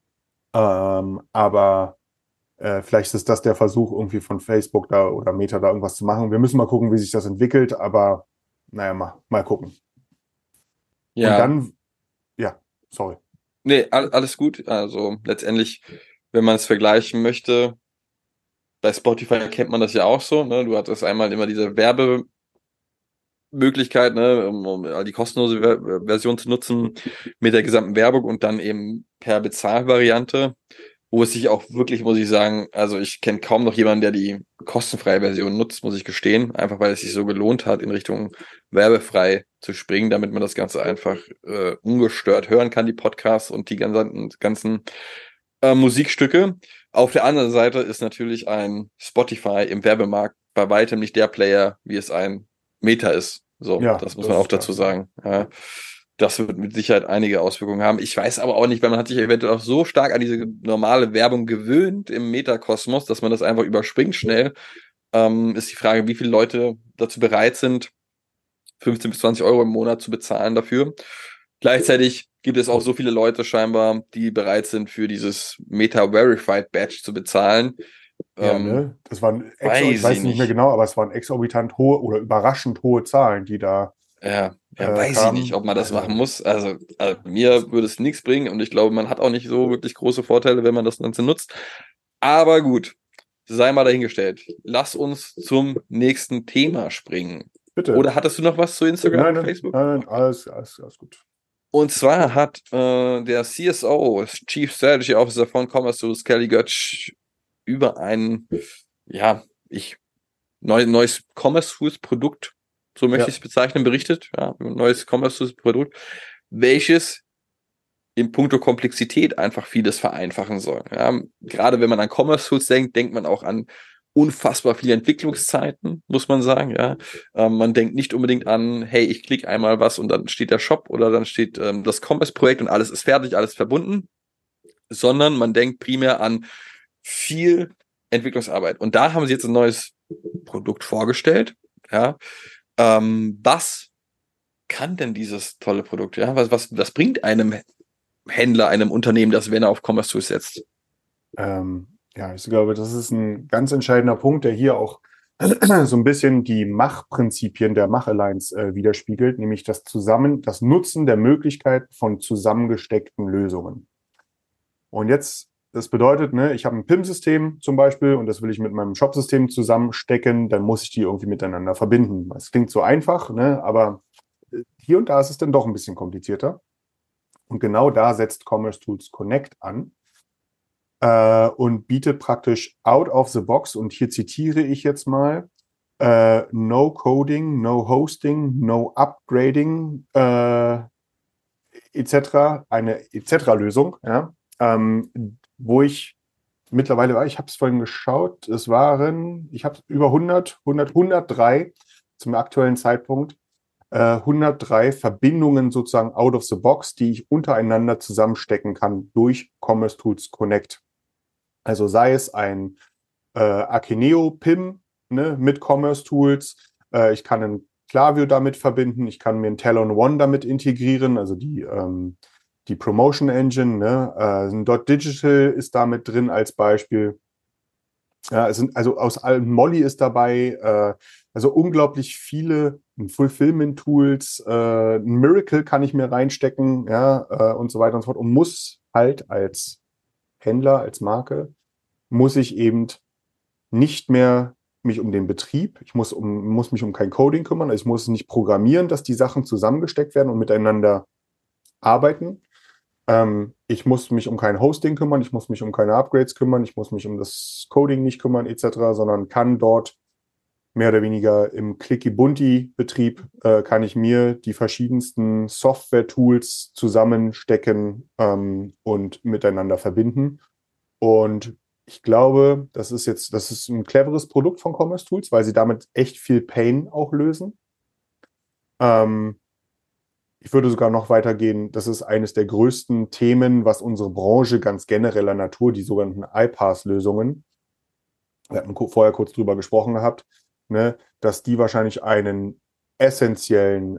Aber vielleicht ist das der Versuch irgendwie von Facebook da oder Meta da irgendwas zu machen. Wir müssen mal gucken, wie sich das entwickelt, aber naja, mal gucken. Ja. Und dann, ja, sorry. Nee, alles gut. Also letztendlich, wenn man es vergleichen möchte, bei Spotify kennt man das ja auch so, ne? Du hattest einmal immer diese Werbemöglichkeit, ne, um die kostenlose Version zu nutzen mit der gesamten Werbung und dann eben per Bezahlvariante, wo es sich auch wirklich, muss ich sagen, also ich kenne kaum noch jemanden, der die kostenfreie Version nutzt, muss ich gestehen, einfach weil es sich so gelohnt hat, in Richtung werbefrei zu springen, damit man das Ganze einfach ungestört hören kann, die Podcasts und die ganzen Musikstücke. Auf der anderen Seite ist natürlich ein Spotify im Werbemarkt bei weitem nicht der Player, wie es ein Meta ist. So, Ja, das muss man auch dazu sagen. Ja, das wird mit Sicherheit einige Auswirkungen haben. Ich weiß aber auch nicht, weil man hat sich eventuell auch so stark an diese normale Werbung gewöhnt im Metakosmos, dass man das einfach überspringt schnell. Ist die Frage, wie viele Leute dazu bereit sind, 15 bis 20 Euro im Monat zu bezahlen dafür. Gleichzeitig gibt es auch so viele Leute scheinbar, die bereit sind, für dieses Meta-Verified Badge zu bezahlen. Ja, ne? Das waren, weiß ich weiß ich nicht mehr nicht. genau, aber es waren exorbitant hohe oder überraschend hohe Zahlen, die da Ja, weiß kamen. ich nicht, ob man das machen muss. Also mir würde es nichts bringen und ich glaube, man hat auch nicht so wirklich große Vorteile, wenn man das Ganze nutzt. Aber gut, sei mal dahingestellt. Lass uns zum nächsten Thema springen. Bitte. Oder hattest du noch was zu Instagram und Facebook? Nein, alles gut. Und zwar hat der CSO, Chief Strategy Officer von Commerce, Kelly Götsch, über ein neues Commerce Tools Produkt, so möchte ich es bezeichnen, berichtet. Ja, ein neues Commerce Tools Produkt, welches in puncto Komplexität einfach vieles vereinfachen soll. Ja, gerade wenn man an Commerce Tools denkt, denkt man auch an unfassbar viele Entwicklungszeiten, muss man sagen. Ja, man denkt nicht unbedingt an, hey, ich klicke einmal was und dann steht der Shop oder dann steht das Commerce-Projekt und alles ist fertig, alles verbunden, sondern man denkt primär an viel Entwicklungsarbeit. Und da haben sie jetzt ein neues Produkt vorgestellt. Ja, was kann denn dieses tolle Produkt? Ja, was bringt einem Händler, einem Unternehmen, das, wenn er auf Commerce Tools setzt? Ich glaube, das ist ein ganz entscheidender Punkt, der hier auch so ein bisschen die Machprinzipien der Mach-Alliance widerspiegelt, nämlich das Nutzen der Möglichkeit von zusammengesteckten Lösungen. Und jetzt, das bedeutet, ne, ich habe ein PIM-System zum Beispiel und das will ich mit meinem Shop-System zusammenstecken, dann muss ich die irgendwie miteinander verbinden. Das klingt so einfach, ne, aber hier und da ist es dann doch ein bisschen komplizierter. Und genau da setzt Commerce Tools Connect an. Und bietet praktisch out of the box, und hier zitiere ich jetzt mal, no coding, no hosting, no upgrading, etc., eine etc.-Lösung, ja, wo ich mittlerweile war, ich habe es vorhin geschaut, ich habe über 103 zum aktuellen Zeitpunkt, 103 Verbindungen sozusagen out of the box, die ich untereinander zusammenstecken kann durch Commerce Tools Connect. Also sei es ein Akeneo PIM, ne, mit Commerce Tools, ich kann ein Klaviyo damit verbinden, ich kann mir ein Talon One damit integrieren, also die Promotion Engine, ne, ein Digital ist damit drin als Beispiel. Ja, es sind also aus allen, Molly ist dabei, also unglaublich viele Fulfillment-Tools, ein Miracle kann ich mir reinstecken, ja, und so weiter und so fort, und muss halt als Händler, als Marke, muss ich eben nicht mehr mich um den Betrieb, ich muss mich um kein Coding kümmern, also ich muss nicht programmieren, dass die Sachen zusammengesteckt werden und miteinander arbeiten. Ich muss mich um kein Hosting kümmern, ich muss mich um keine Upgrades kümmern, ich muss mich um das Coding nicht kümmern, etc., sondern kann dort mehr oder weniger im Clicky-Bunti-Betrieb kann ich mir die verschiedensten Software-Tools zusammenstecken und miteinander verbinden. Und ich glaube, das ist ein cleveres Produkt von Commerce Tools, weil sie damit echt viel Pain auch lösen. Ich würde sogar noch weitergehen, das ist eines der größten Themen, was unsere Branche ganz genereller Natur, die sogenannten iPaaS-Lösungen, wir hatten vorher kurz drüber gesprochen gehabt, ne, dass die wahrscheinlich einen essentiellen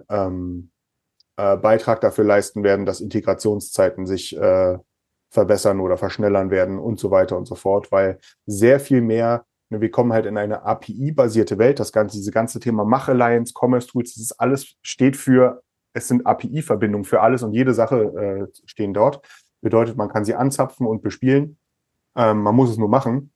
Beitrag dafür leisten werden, dass Integrationszeiten sich verbessern oder verschnellern werden und so weiter und so fort, weil sehr viel mehr, ne, wir kommen halt in eine API-basierte Welt, diese ganze Thema Mach-Alliance, Commerce Tools, das ist alles, es sind API-Verbindungen für alles und jede Sache stehen dort. Bedeutet, man kann sie anzapfen und bespielen. Man muss es nur machen.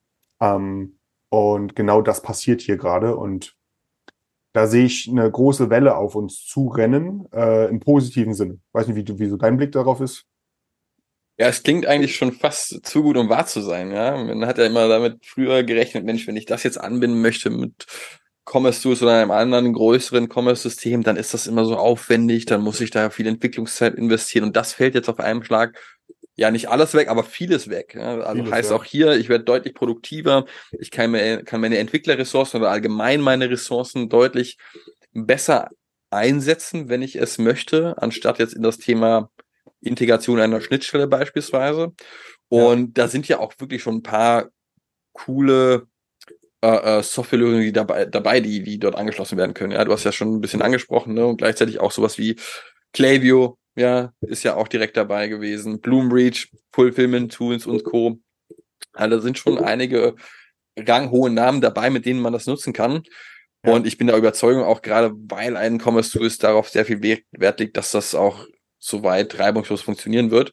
Und genau das passiert hier gerade. Und da sehe ich eine große Welle auf uns zurennen, im positiven Sinne. Weiß nicht, wie so dein Blick darauf ist. Ja, es klingt eigentlich schon fast zu gut, um wahr zu sein. Ja, man hat ja immer damit früher gerechnet, Mensch, wenn ich das jetzt anbinden möchte mit Commerce Tools oder einem anderen größeren Commerce-System, dann ist das immer so aufwendig, dann muss ich da viel Entwicklungszeit investieren und das fällt jetzt auf einen Schlag, ja nicht alles weg, aber vieles weg. Ja? Also vieles, heißt auch hier, ich werde deutlich produktiver, ich kann meine Entwicklerressourcen oder allgemein meine Ressourcen deutlich besser einsetzen, wenn ich es möchte, anstatt jetzt in das Thema Integration einer Schnittstelle beispielsweise. Und da sind ja auch wirklich schon ein paar coole Softwarelösungen dabei, die dort angeschlossen werden können. Ja, du hast ja schon ein bisschen angesprochen, ne? Und gleichzeitig auch sowas wie Klaviyo, ja, ist ja auch direkt dabei gewesen. Bloomreach, Fulfillment Tools und Co. Also da sind schon einige ranghohe Namen dabei, mit denen man das nutzen kann. Ja. Und ich bin der Überzeugung, auch gerade weil ein Commerce Tools darauf sehr viel Wert liegt, dass das auch soweit reibungslos funktionieren wird.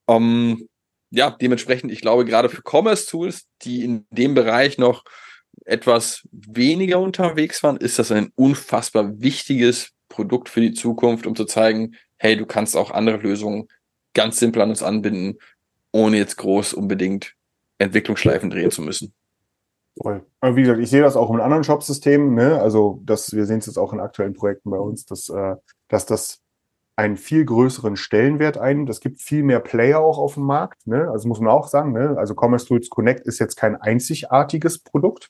Ja, dementsprechend, ich glaube, gerade für Commerce Tools, die in dem Bereich noch etwas weniger unterwegs waren, ist das ein unfassbar wichtiges Produkt für die Zukunft, um zu zeigen, hey, du kannst auch andere Lösungen ganz simpel an uns anbinden, ohne jetzt groß unbedingt Entwicklungsschleifen drehen zu müssen. Voll. Aber wie gesagt, ich sehe das auch in anderen Shop-Systemen, ne? Also wir sehen es jetzt auch in aktuellen Projekten bei uns, dass das einen viel größeren Stellenwert einnimmt. Es gibt viel mehr Player auch auf dem Markt, ne? Also muss man auch sagen, ne? Also Commerce Tools Connect ist jetzt kein einzigartiges Produkt.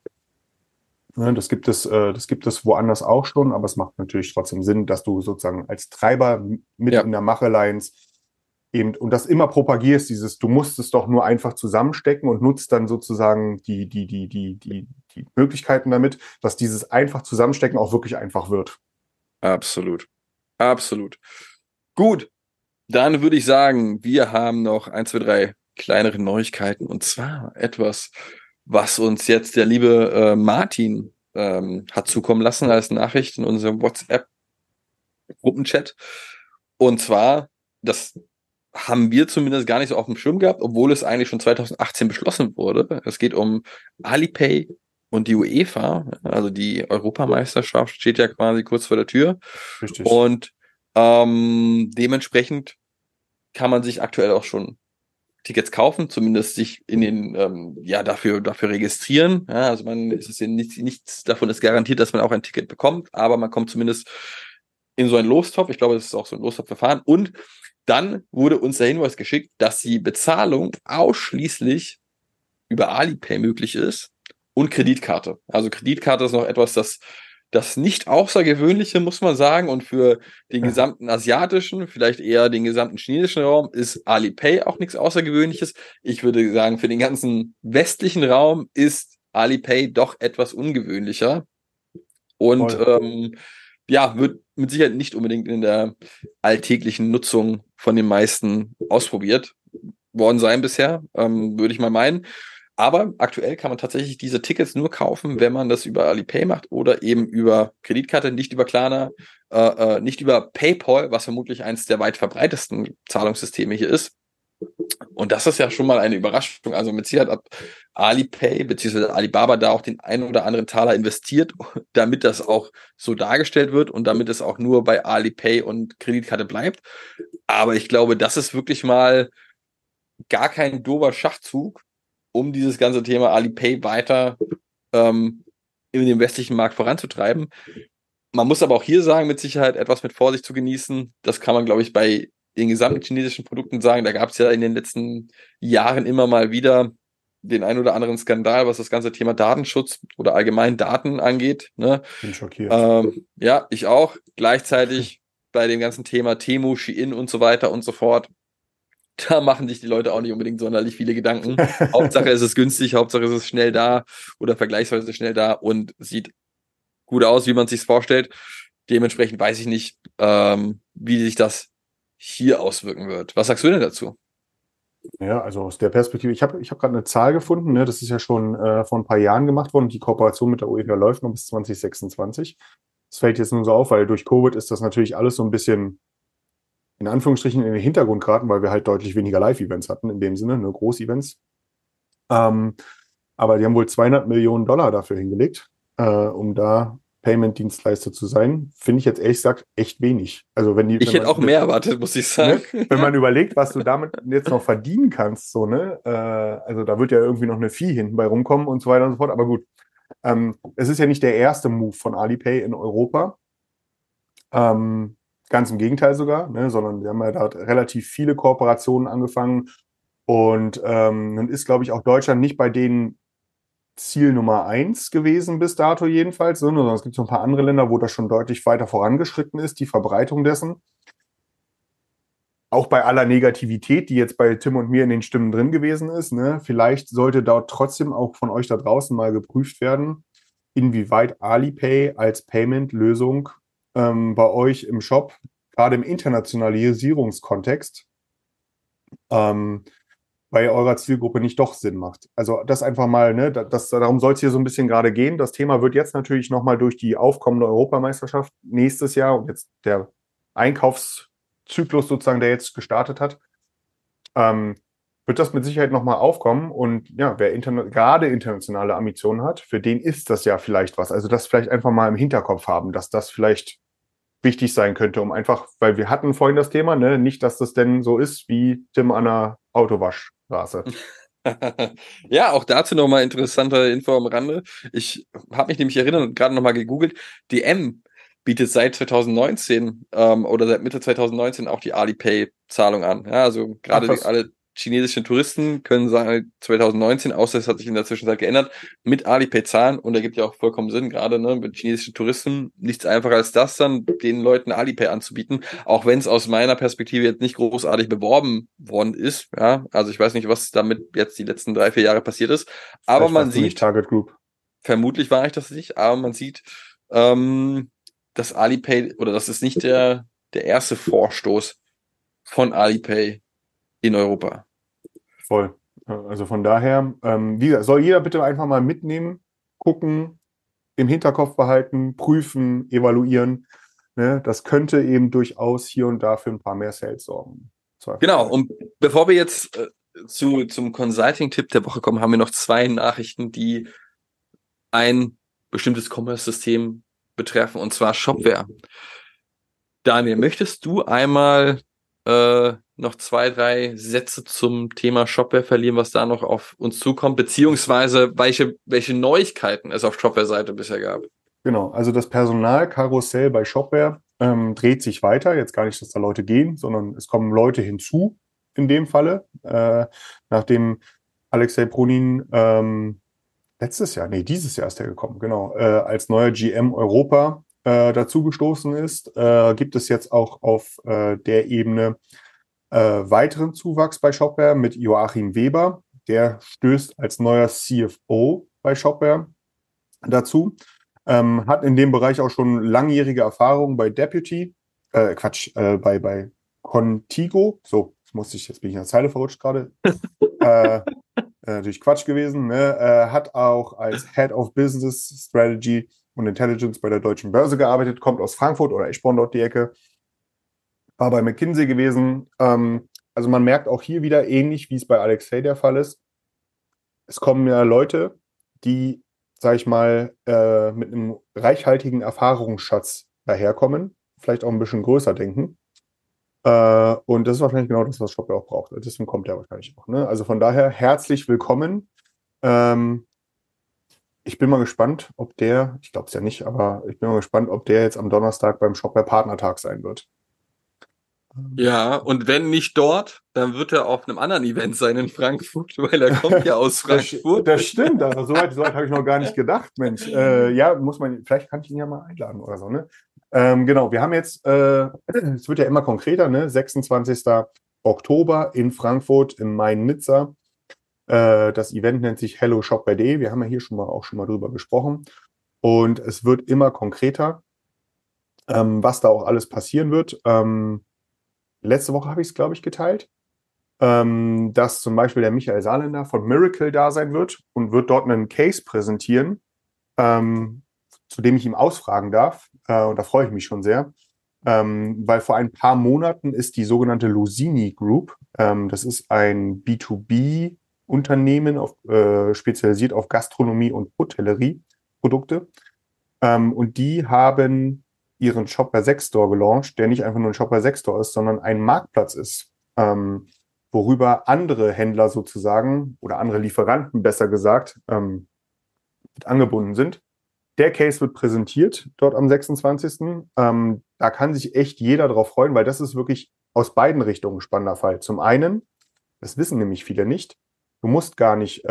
Ne? Das gibt es woanders auch schon, aber es macht natürlich trotzdem Sinn, dass du sozusagen als Treiber mit in der Mach-Alliance eben, und das immer propagierst, du musst es doch nur einfach zusammenstecken und nutzt dann sozusagen die Möglichkeiten damit, dass dieses einfach Zusammenstecken auch wirklich einfach wird. Absolut. Absolut. Gut, dann würde ich sagen, wir haben noch 1, 2, 3 kleinere Neuigkeiten und zwar etwas, was uns jetzt der liebe Martin hat zukommen lassen als Nachricht in unserem WhatsApp-Gruppenchat. Und zwar, das haben wir zumindest gar nicht so auf dem Schirm gehabt, obwohl es eigentlich schon 2018 beschlossen wurde. Es geht um Alipay und die UEFA, also die Europameisterschaft steht ja quasi kurz vor der Tür. Richtig. Und dementsprechend kann man sich aktuell auch schon Tickets kaufen, zumindest sich in den dafür registrieren. Ja, also nichts davon ist garantiert, dass man auch ein Ticket bekommt, aber man kommt zumindest in so einen Lostopf. Ich glaube, das ist auch so ein Lostopfverfahren. Und dann wurde uns der Hinweis geschickt, dass die Bezahlung ausschließlich über Alipay möglich ist und Kreditkarte. Also Kreditkarte ist noch etwas, das nicht Außergewöhnliche, muss man sagen. Und für den gesamten asiatischen, vielleicht eher den gesamten chinesischen Raum, ist Alipay auch nichts Außergewöhnliches. Ich würde sagen, für den ganzen westlichen Raum ist Alipay doch etwas ungewöhnlicher. Und wird mit Sicherheit nicht unbedingt in der alltäglichen Nutzung von den meisten ausprobiert worden sein bisher, würde ich mal meinen. Aber aktuell kann man tatsächlich diese Tickets nur kaufen, wenn man das über Alipay macht oder eben über Kreditkarte, nicht über Klarna, nicht über PayPal, was vermutlich eines der weit verbreitetsten Zahlungssysteme hier ist. Und das ist ja schon mal eine Überraschung. Also mit Sicherheit hat Alipay bzw. Alibaba da auch den einen oder anderen Taler investiert, damit das auch so dargestellt wird und damit es auch nur bei Alipay und Kreditkarte bleibt. Aber ich glaube, das ist wirklich mal gar kein dober Schachzug, um dieses ganze Thema Alipay weiter in dem westlichen Markt voranzutreiben. Man muss aber auch hier sagen, mit Sicherheit etwas mit Vorsicht zu genießen. Das kann man, glaube ich, bei den gesamten chinesischen Produkten sagen. Da gab es ja in den letzten Jahren immer mal wieder den ein oder anderen Skandal, was das ganze Thema Datenschutz oder allgemein Daten angeht. Ne? Bin schockiert. Ja, ich auch. Gleichzeitig bei dem ganzen Thema Temu, Shein und so weiter und so fort. Da machen sich die Leute auch nicht unbedingt sonderlich viele Gedanken. Hauptsache es ist günstig, Hauptsache es ist schnell da oder vergleichsweise schnell da und sieht gut aus, wie man es sich vorstellt. Dementsprechend weiß ich nicht, wie sich das hier auswirken wird. Was sagst du denn dazu? Ja, also aus der Perspektive, ich hab gerade eine Zahl gefunden, ne? Das ist ja schon vor ein paar Jahren gemacht worden. Die Kooperation mit der UEFA läuft noch bis 2026. Das fällt jetzt nur so auf, weil durch Covid ist das natürlich alles so ein bisschen in Anführungsstrichen in den Hintergrund geraten, weil wir halt deutlich weniger Live-Events hatten, in dem Sinne, ne, Groß-Events. Aber die haben wohl 200 Millionen Dollar dafür hingelegt, um da Payment-Dienstleister zu sein. Finde ich jetzt ehrlich gesagt echt wenig. Also wenn die, Ich hätte auch mehr erwartet, muss ich sagen. Ne, wenn man überlegt, was du damit jetzt noch verdienen kannst, so, ne, also da wird ja irgendwie noch eine Fee hinten bei rumkommen und so weiter und so fort. Aber gut, es ist ja nicht der erste Move von Alipay in Europa. Ganz im Gegenteil sogar, ne, sondern wir haben ja da relativ viele Kooperationen angefangen und nun ist, glaube ich, auch Deutschland nicht bei denen Ziel Nummer 1 gewesen bis dato jedenfalls, ne, sondern es gibt so ein paar andere Länder, wo das schon deutlich weiter vorangeschritten ist, die Verbreitung dessen. Auch bei aller Negativität, die jetzt bei Tim und mir in den Stimmen drin gewesen ist, ne, vielleicht sollte dort trotzdem auch von euch da draußen mal geprüft werden, inwieweit Alipay als Payment-Lösung bei euch im Shop, gerade im Internationalisierungskontext, bei eurer Zielgruppe nicht doch Sinn macht. Also das einfach mal, ne, darum soll es hier so ein bisschen gerade gehen. Das Thema wird jetzt natürlich nochmal durch die aufkommende Europameisterschaft nächstes Jahr und jetzt der Einkaufszyklus sozusagen, der jetzt gestartet hat, wird das mit Sicherheit nochmal aufkommen. Und ja, wer gerade internationale Ambitionen hat, für den ist das ja vielleicht was. Also das vielleicht einfach mal im Hinterkopf haben, dass das vielleicht wichtig sein könnte, um einfach, weil wir hatten vorhin das Thema, ne, nicht, dass das denn so ist wie Tim an einer Autowaschstraße. Ja, auch dazu nochmal interessante Info am Rande. Ich habe mich nämlich erinnert und gerade nochmal gegoogelt. DM bietet seit 2019 oder seit Mitte 2019 auch die Alipay-Zahlung an. Ja, also gerade alle chinesischen Touristen können seit 2019, außer es hat sich in der Zwischenzeit geändert, mit Alipay zahlen und da gibt ja auch vollkommen Sinn, gerade ne, mit chinesischen Touristen nichts einfacher als das dann, den Leuten Alipay anzubieten, auch wenn es aus meiner Perspektive jetzt nicht großartig beworben worden ist, ja, also ich weiß nicht, was damit jetzt die letzten 3-4 Jahre passiert ist, aber man sieht, Target Group. Vermutlich war ich das nicht, aber man sieht, dass Alipay, oder das ist nicht der erste Vorstoß von Alipay in Europa. Voll. Also von daher, wie gesagt, soll jeder bitte einfach mal mitnehmen, gucken, im Hinterkopf behalten, prüfen, evaluieren. Ne? Das könnte eben durchaus hier und da für ein paar mehr Sales sorgen. Genau, und bevor wir jetzt zum Consulting-Tipp der Woche kommen, haben wir noch 2 Nachrichten, die ein bestimmtes Commerce-System betreffen, und zwar Shopware. Daniel, möchtest du einmal noch 2, 3 Sätze zum Thema Shopware verlieren, was da noch auf uns zukommt, beziehungsweise welche Neuigkeiten es auf Shopware-Seite bisher gab? Genau, also das Personalkarussell bei Shopware dreht sich weiter. Jetzt gar nicht, dass da Leute gehen, sondern es kommen Leute hinzu in dem Falle. Nachdem Alexei Prunin dieses Jahr ist er gekommen, genau, als neuer GM Europa dazugestoßen ist, gibt es jetzt auch auf der Ebene weiteren Zuwachs bei Shopware mit Joachim Weber. Der stößt als neuer CFO bei Shopware dazu. Hat in dem Bereich auch schon langjährige Erfahrung bei bei Contigo. So, jetzt bin ich in der Zeile verrutscht gerade. Natürlich Quatsch gewesen. Ne? Hat auch als Head of Business Strategy und Intelligence bei der Deutschen Börse gearbeitet, kommt aus Frankfurt oder Eschborn, dort die Ecke. War bei McKinsey gewesen, also man merkt auch hier wieder ähnlich, wie es bei Alexei der Fall ist. Es kommen ja Leute, die, sag ich mal, mit einem reichhaltigen Erfahrungsschatz daherkommen, vielleicht auch ein bisschen größer denken. Und das ist wahrscheinlich genau das, was Shopware auch braucht. Deswegen kommt der wahrscheinlich auch. Ne? Also von daher herzlich willkommen. Ich bin mal gespannt, ob der, ich glaube es ja nicht, aber ich bin mal gespannt, ob der jetzt am Donnerstag beim Shopware Partnertag sein wird. Ja, und wenn nicht dort, dann wird er auf einem anderen Event sein in Frankfurt, weil er kommt ja aus Frankfurt. Das stimmt, aber so weit habe ich noch gar nicht gedacht, Mensch. Ja, vielleicht kann ich ihn ja mal einladen oder so, ne? Genau, wir haben jetzt, es wird ja immer konkreter, ne? 26. Oktober in Frankfurt im Main-Nizza. Das Event nennt sich Hello Shopware Day. Wir haben ja hier auch schon mal drüber gesprochen. Und es wird immer konkreter, was da auch alles passieren wird. Letzte Woche habe ich es, glaube ich, geteilt, dass zum Beispiel der Michael Saarländer von Miracle da sein wird und wird dort einen Case präsentieren, zu dem ich ihm ausfragen darf. Und da freue ich mich schon sehr, weil vor ein paar Monaten ist die sogenannte Lusini Group, das ist ein B2B-Unternehmen, spezialisiert auf Gastronomie und Hotellerie-Produkte. Und die haben ihren Shopware 6 Store gelauncht, der nicht einfach nur ein Shopware 6 Store ist, sondern ein Marktplatz ist, worüber andere Händler sozusagen oder andere Lieferanten, besser gesagt, mit angebunden sind. Der Case wird präsentiert dort am 26. Da kann sich echt jeder drauf freuen, weil das ist wirklich aus beiden Richtungen ein spannender Fall. Zum einen, das wissen nämlich viele nicht, du musst gar nicht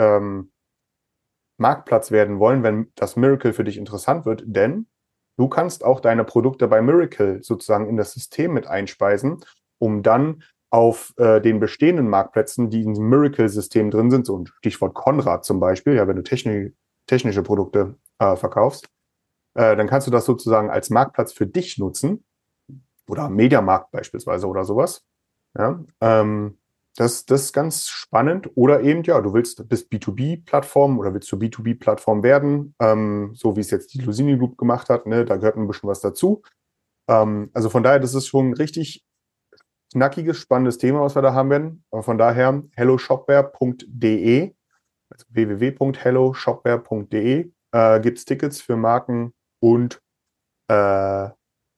Marktplatz werden wollen, wenn das Miracle für dich interessant wird, denn du kannst auch deine Produkte bei Miracle sozusagen in das System mit einspeisen, um dann auf den bestehenden Marktplätzen, die in diesem Miracle-System drin sind, so ein Stichwort Konrad zum Beispiel, ja, wenn du technische Produkte verkaufst, dann kannst du das sozusagen als Marktplatz für dich nutzen oder Mediamarkt beispielsweise oder sowas. Ja, das ist ganz spannend. Oder eben, ja, bist B2B-Plattform oder willst zur B2B-Plattform werden, so wie es jetzt die Lusini Group gemacht hat, ne, da gehört ein bisschen was dazu. Also von daher, das ist schon ein richtig knackiges, spannendes Thema, was wir da haben werden. Aber von daher, helloshopware.de, also www.helloshopware.de, gibt es Tickets für Marken und Händler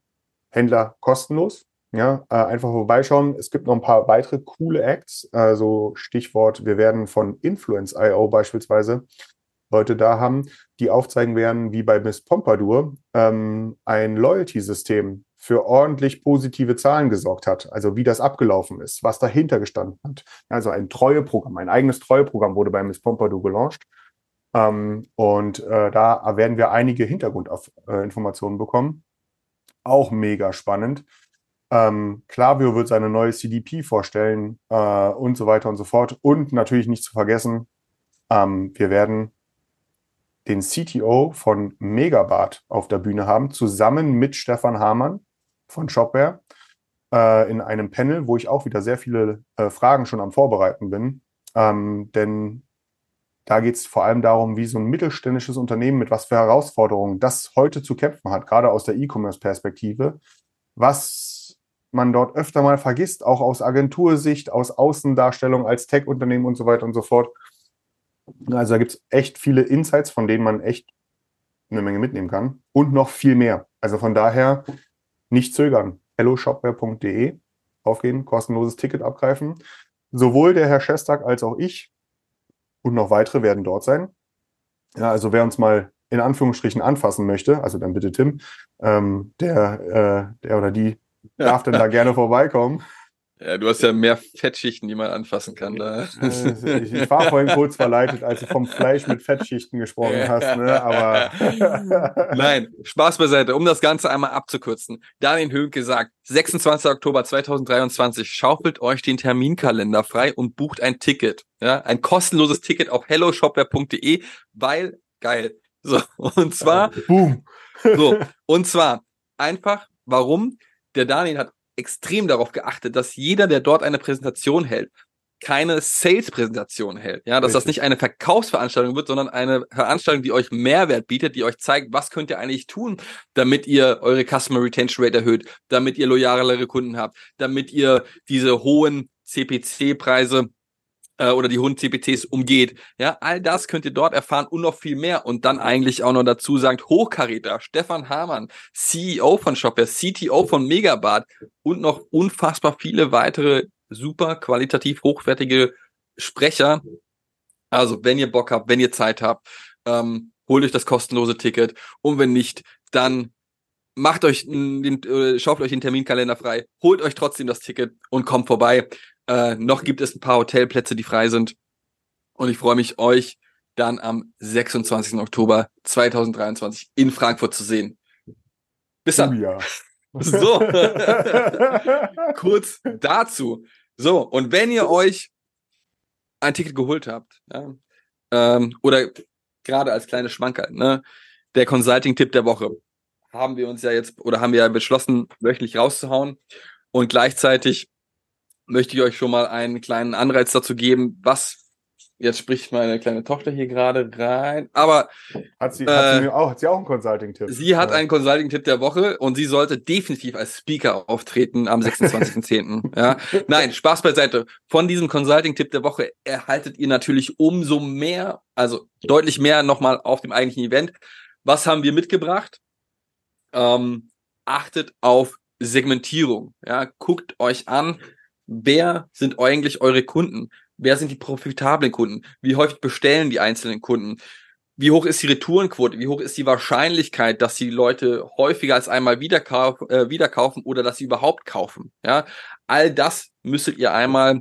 kostenlos. Ja, einfach vorbeischauen. Es gibt noch ein paar weitere coole Acts. Also Stichwort, wir werden von Influence.io beispielsweise Leute da haben, die aufzeigen werden, wie bei Miss Pompadour ein Loyalty-System für ordentlich positive Zahlen gesorgt hat. Also wie das abgelaufen ist, was dahinter gestanden hat. Also ein Treueprogramm, ein eigenes Treueprogramm wurde bei Miss Pompadour gelauncht. Da werden wir einige Hintergrundinformationen bekommen. Auch mega spannend. Klaviyo wird seine neue CDP vorstellen und so weiter und so fort. Und natürlich nicht zu vergessen, wir werden den CTO von Megabart auf der Bühne haben, zusammen mit Stefan Hamann von Shopware in einem Panel, wo ich auch wieder sehr viele Fragen schon am Vorbereiten bin. Denn da geht es vor allem darum, wie so ein mittelständisches Unternehmen mit was für Herausforderungen das heute zu kämpfen hat, gerade aus der E-Commerce-Perspektive, was man dort öfter mal vergisst, auch aus Agentursicht, aus Außendarstellung als Tech-Unternehmen und so weiter und so fort. Also da gibt es echt viele Insights, von denen man echt eine Menge mitnehmen kann und noch viel mehr. Also von daher nicht zögern. helloshopware.de aufgehen, kostenloses Ticket abgreifen. Sowohl der Herr Schestag als auch ich und noch weitere werden dort sein. Ja, also wer uns mal in Anführungsstrichen anfassen möchte, also dann bitte Tim, der oder die darf dann da gerne vorbeikommen. Ja, du hast ja mehr Fettschichten, die man anfassen kann. Da. Ich war vorhin kurz verleitet, als du vom Fleisch mit Fettschichten gesprochen hast, ne? Aber nein, Spaß beiseite, um das Ganze einmal abzukürzen. Daniel Höhnke sagt, 26. Oktober 2023, schaufelt euch den Terminkalender frei und bucht ein Ticket. Ja, ein kostenloses Ticket auf helloshopware.de, weil geil. So, und zwar, boom. So, und zwar einfach, warum? Der Daniel hat extrem darauf geachtet, dass jeder, der dort eine Präsentation hält, keine Sales-Präsentation hält. Ja, dass das nicht eine Verkaufsveranstaltung wird, sondern eine Veranstaltung, die euch Mehrwert bietet, die euch zeigt, was könnt ihr eigentlich tun, damit ihr eure Customer Retention Rate erhöht, damit ihr loyalere Kunden habt, damit ihr diese hohen CPC-Preise oder die hohen CPCs umgeht. Ja, all das könnt ihr dort erfahren und noch viel mehr. Und dann eigentlich auch noch dazu sagt, Hochkaräter, Stefan Hamann, CEO von Shopware, CTO von Megabart und noch unfassbar viele weitere super qualitativ hochwertige Sprecher. Also, wenn ihr Bock habt, wenn ihr Zeit habt, holt euch das kostenlose Ticket. Und wenn nicht, dann schaut euch den Terminkalender frei, holt euch trotzdem das Ticket und kommt vorbei. Noch gibt es ein paar Hotelplätze, die frei sind. Und ich freue mich, euch dann am 26. Oktober 2023 in Frankfurt zu sehen. Bis dann. Ja. So, kurz dazu. So, und wenn ihr euch ein Ticket geholt habt, ja, oder gerade als kleine Schmankerl, ne, der Consulting-Tipp der Woche, haben wir ja beschlossen, wöchentlich rauszuhauen. Und gleichzeitig möchte ich euch schon mal einen kleinen Anreiz dazu geben, jetzt spricht meine kleine Tochter hier gerade rein, aber hat sie auch einen Consulting-Tipp? Sie hat einen Consulting-Tipp der Woche und sie sollte definitiv als Speaker auftreten am 26.10. Ja. Nein, Spaß beiseite. Von diesem Consulting-Tipp der Woche erhaltet ihr natürlich umso mehr, also deutlich mehr nochmal auf dem eigentlichen Event. Was haben wir mitgebracht? Achtet auf Segmentierung. Ja. Guckt euch an, wer sind eigentlich eure Kunden? Wer sind die profitablen Kunden? Wie häufig bestellen die einzelnen Kunden? Wie hoch ist die Retourenquote? Wie hoch ist die Wahrscheinlichkeit, dass die Leute häufiger als einmal wieder kaufen oder dass sie überhaupt kaufen? Ja, all das müsstet ihr einmal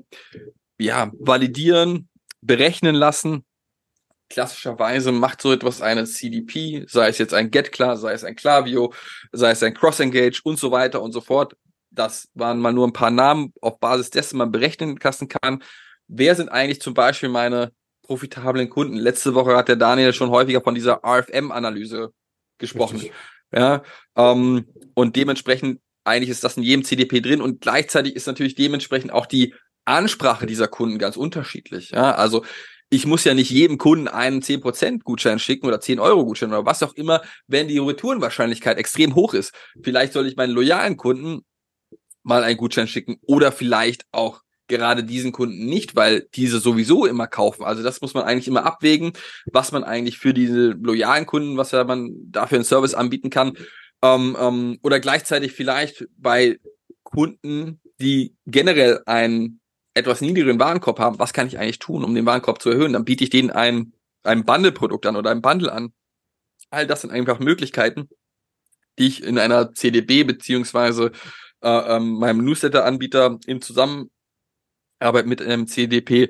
validieren, berechnen lassen. Klassischerweise macht so etwas eine CDP, sei es jetzt ein GetKlar, sei es ein Klaviyo, sei es ein CrossEngage und so weiter und so fort. Das waren mal nur ein paar Namen, auf Basis dessen man berechnen lassen kann. Wer sind eigentlich zum Beispiel meine profitablen Kunden? Letzte Woche hat der Daniel schon häufiger von dieser RFM-Analyse gesprochen. Richtig. Ja, und dementsprechend, eigentlich ist das in jedem CDP drin und gleichzeitig ist natürlich dementsprechend auch die Ansprache dieser Kunden ganz unterschiedlich. Ja, also ich muss ja nicht jedem Kunden einen 10% Gutschein schicken oder 10 Euro Gutschein oder was auch immer, wenn die Retourenwahrscheinlichkeit extrem hoch ist. Vielleicht soll ich meinen loyalen Kunden mal einen Gutschein schicken oder vielleicht auch gerade diesen Kunden nicht, weil diese sowieso immer kaufen. Also das muss man eigentlich immer abwägen, was man eigentlich für diese loyalen Kunden, was ja man dafür einen Service anbieten kann. Oder gleichzeitig vielleicht bei Kunden, die generell einen etwas niedrigeren Warenkorb haben, was kann ich eigentlich tun, um den Warenkorb zu erhöhen? Dann biete ich denen ein Bundle-Produkt an oder ein Bundle an. All das sind einfach Möglichkeiten, die ich in einer CDB beziehungsweise meinem Newsletter-Anbieter in Zusammenarbeit mit einem CDP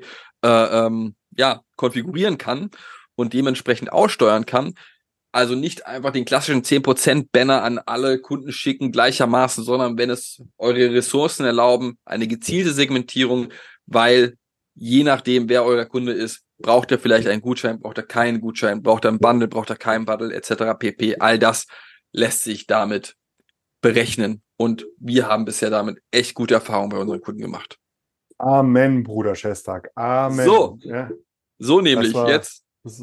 konfigurieren kann und dementsprechend aussteuern kann. Also nicht einfach den klassischen 10% Banner an alle Kunden schicken gleichermaßen, sondern wenn es eure Ressourcen erlauben, eine gezielte Segmentierung, weil je nachdem, wer euer Kunde ist, braucht er vielleicht einen Gutschein, braucht er keinen Gutschein, braucht er einen Bundle, braucht er keinen Bundle, etc. pp. All das lässt sich damit berechnen. Und wir haben bisher damit echt gute Erfahrungen bei unseren Kunden gemacht. Amen, Bruder Schestag. Amen. So, ja. So nämlich jetzt.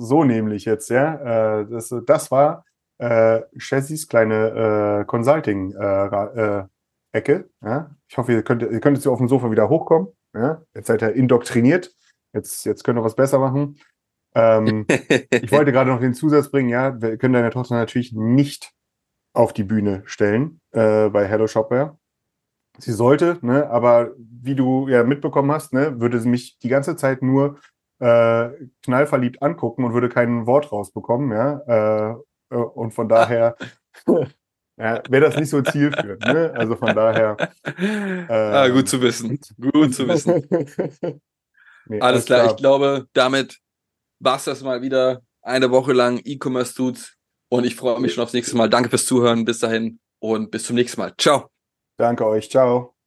Das war Chessys kleine Consulting-Ecke. Ja? Ich hoffe, ihr könnt jetzt auf dem Sofa wieder hochkommen. Ja? Jetzt seid ihr indoktriniert. Jetzt könnt ihr was besser machen. Ich wollte gerade noch den Zusatz bringen, ja, wir können deine Tochter natürlich nicht auf die Bühne stellen bei Hello Shopware. Sie sollte, ne, aber wie du ja mitbekommen hast, ne, würde sie mich die ganze Zeit nur knallverliebt angucken und würde kein Wort rausbekommen, ja. Und von daher ja, wäre das nicht so zielführend, ne? Also von daher. Gut zu wissen. Gut zu wissen. Nee, alles klar, ich glaube, damit war's das mal wieder eine Woche lang E-Commerce Dudes und ich freue mich schon aufs nächste Mal. Danke fürs Zuhören, bis dahin und bis zum nächsten Mal. Ciao. Danke euch, ciao.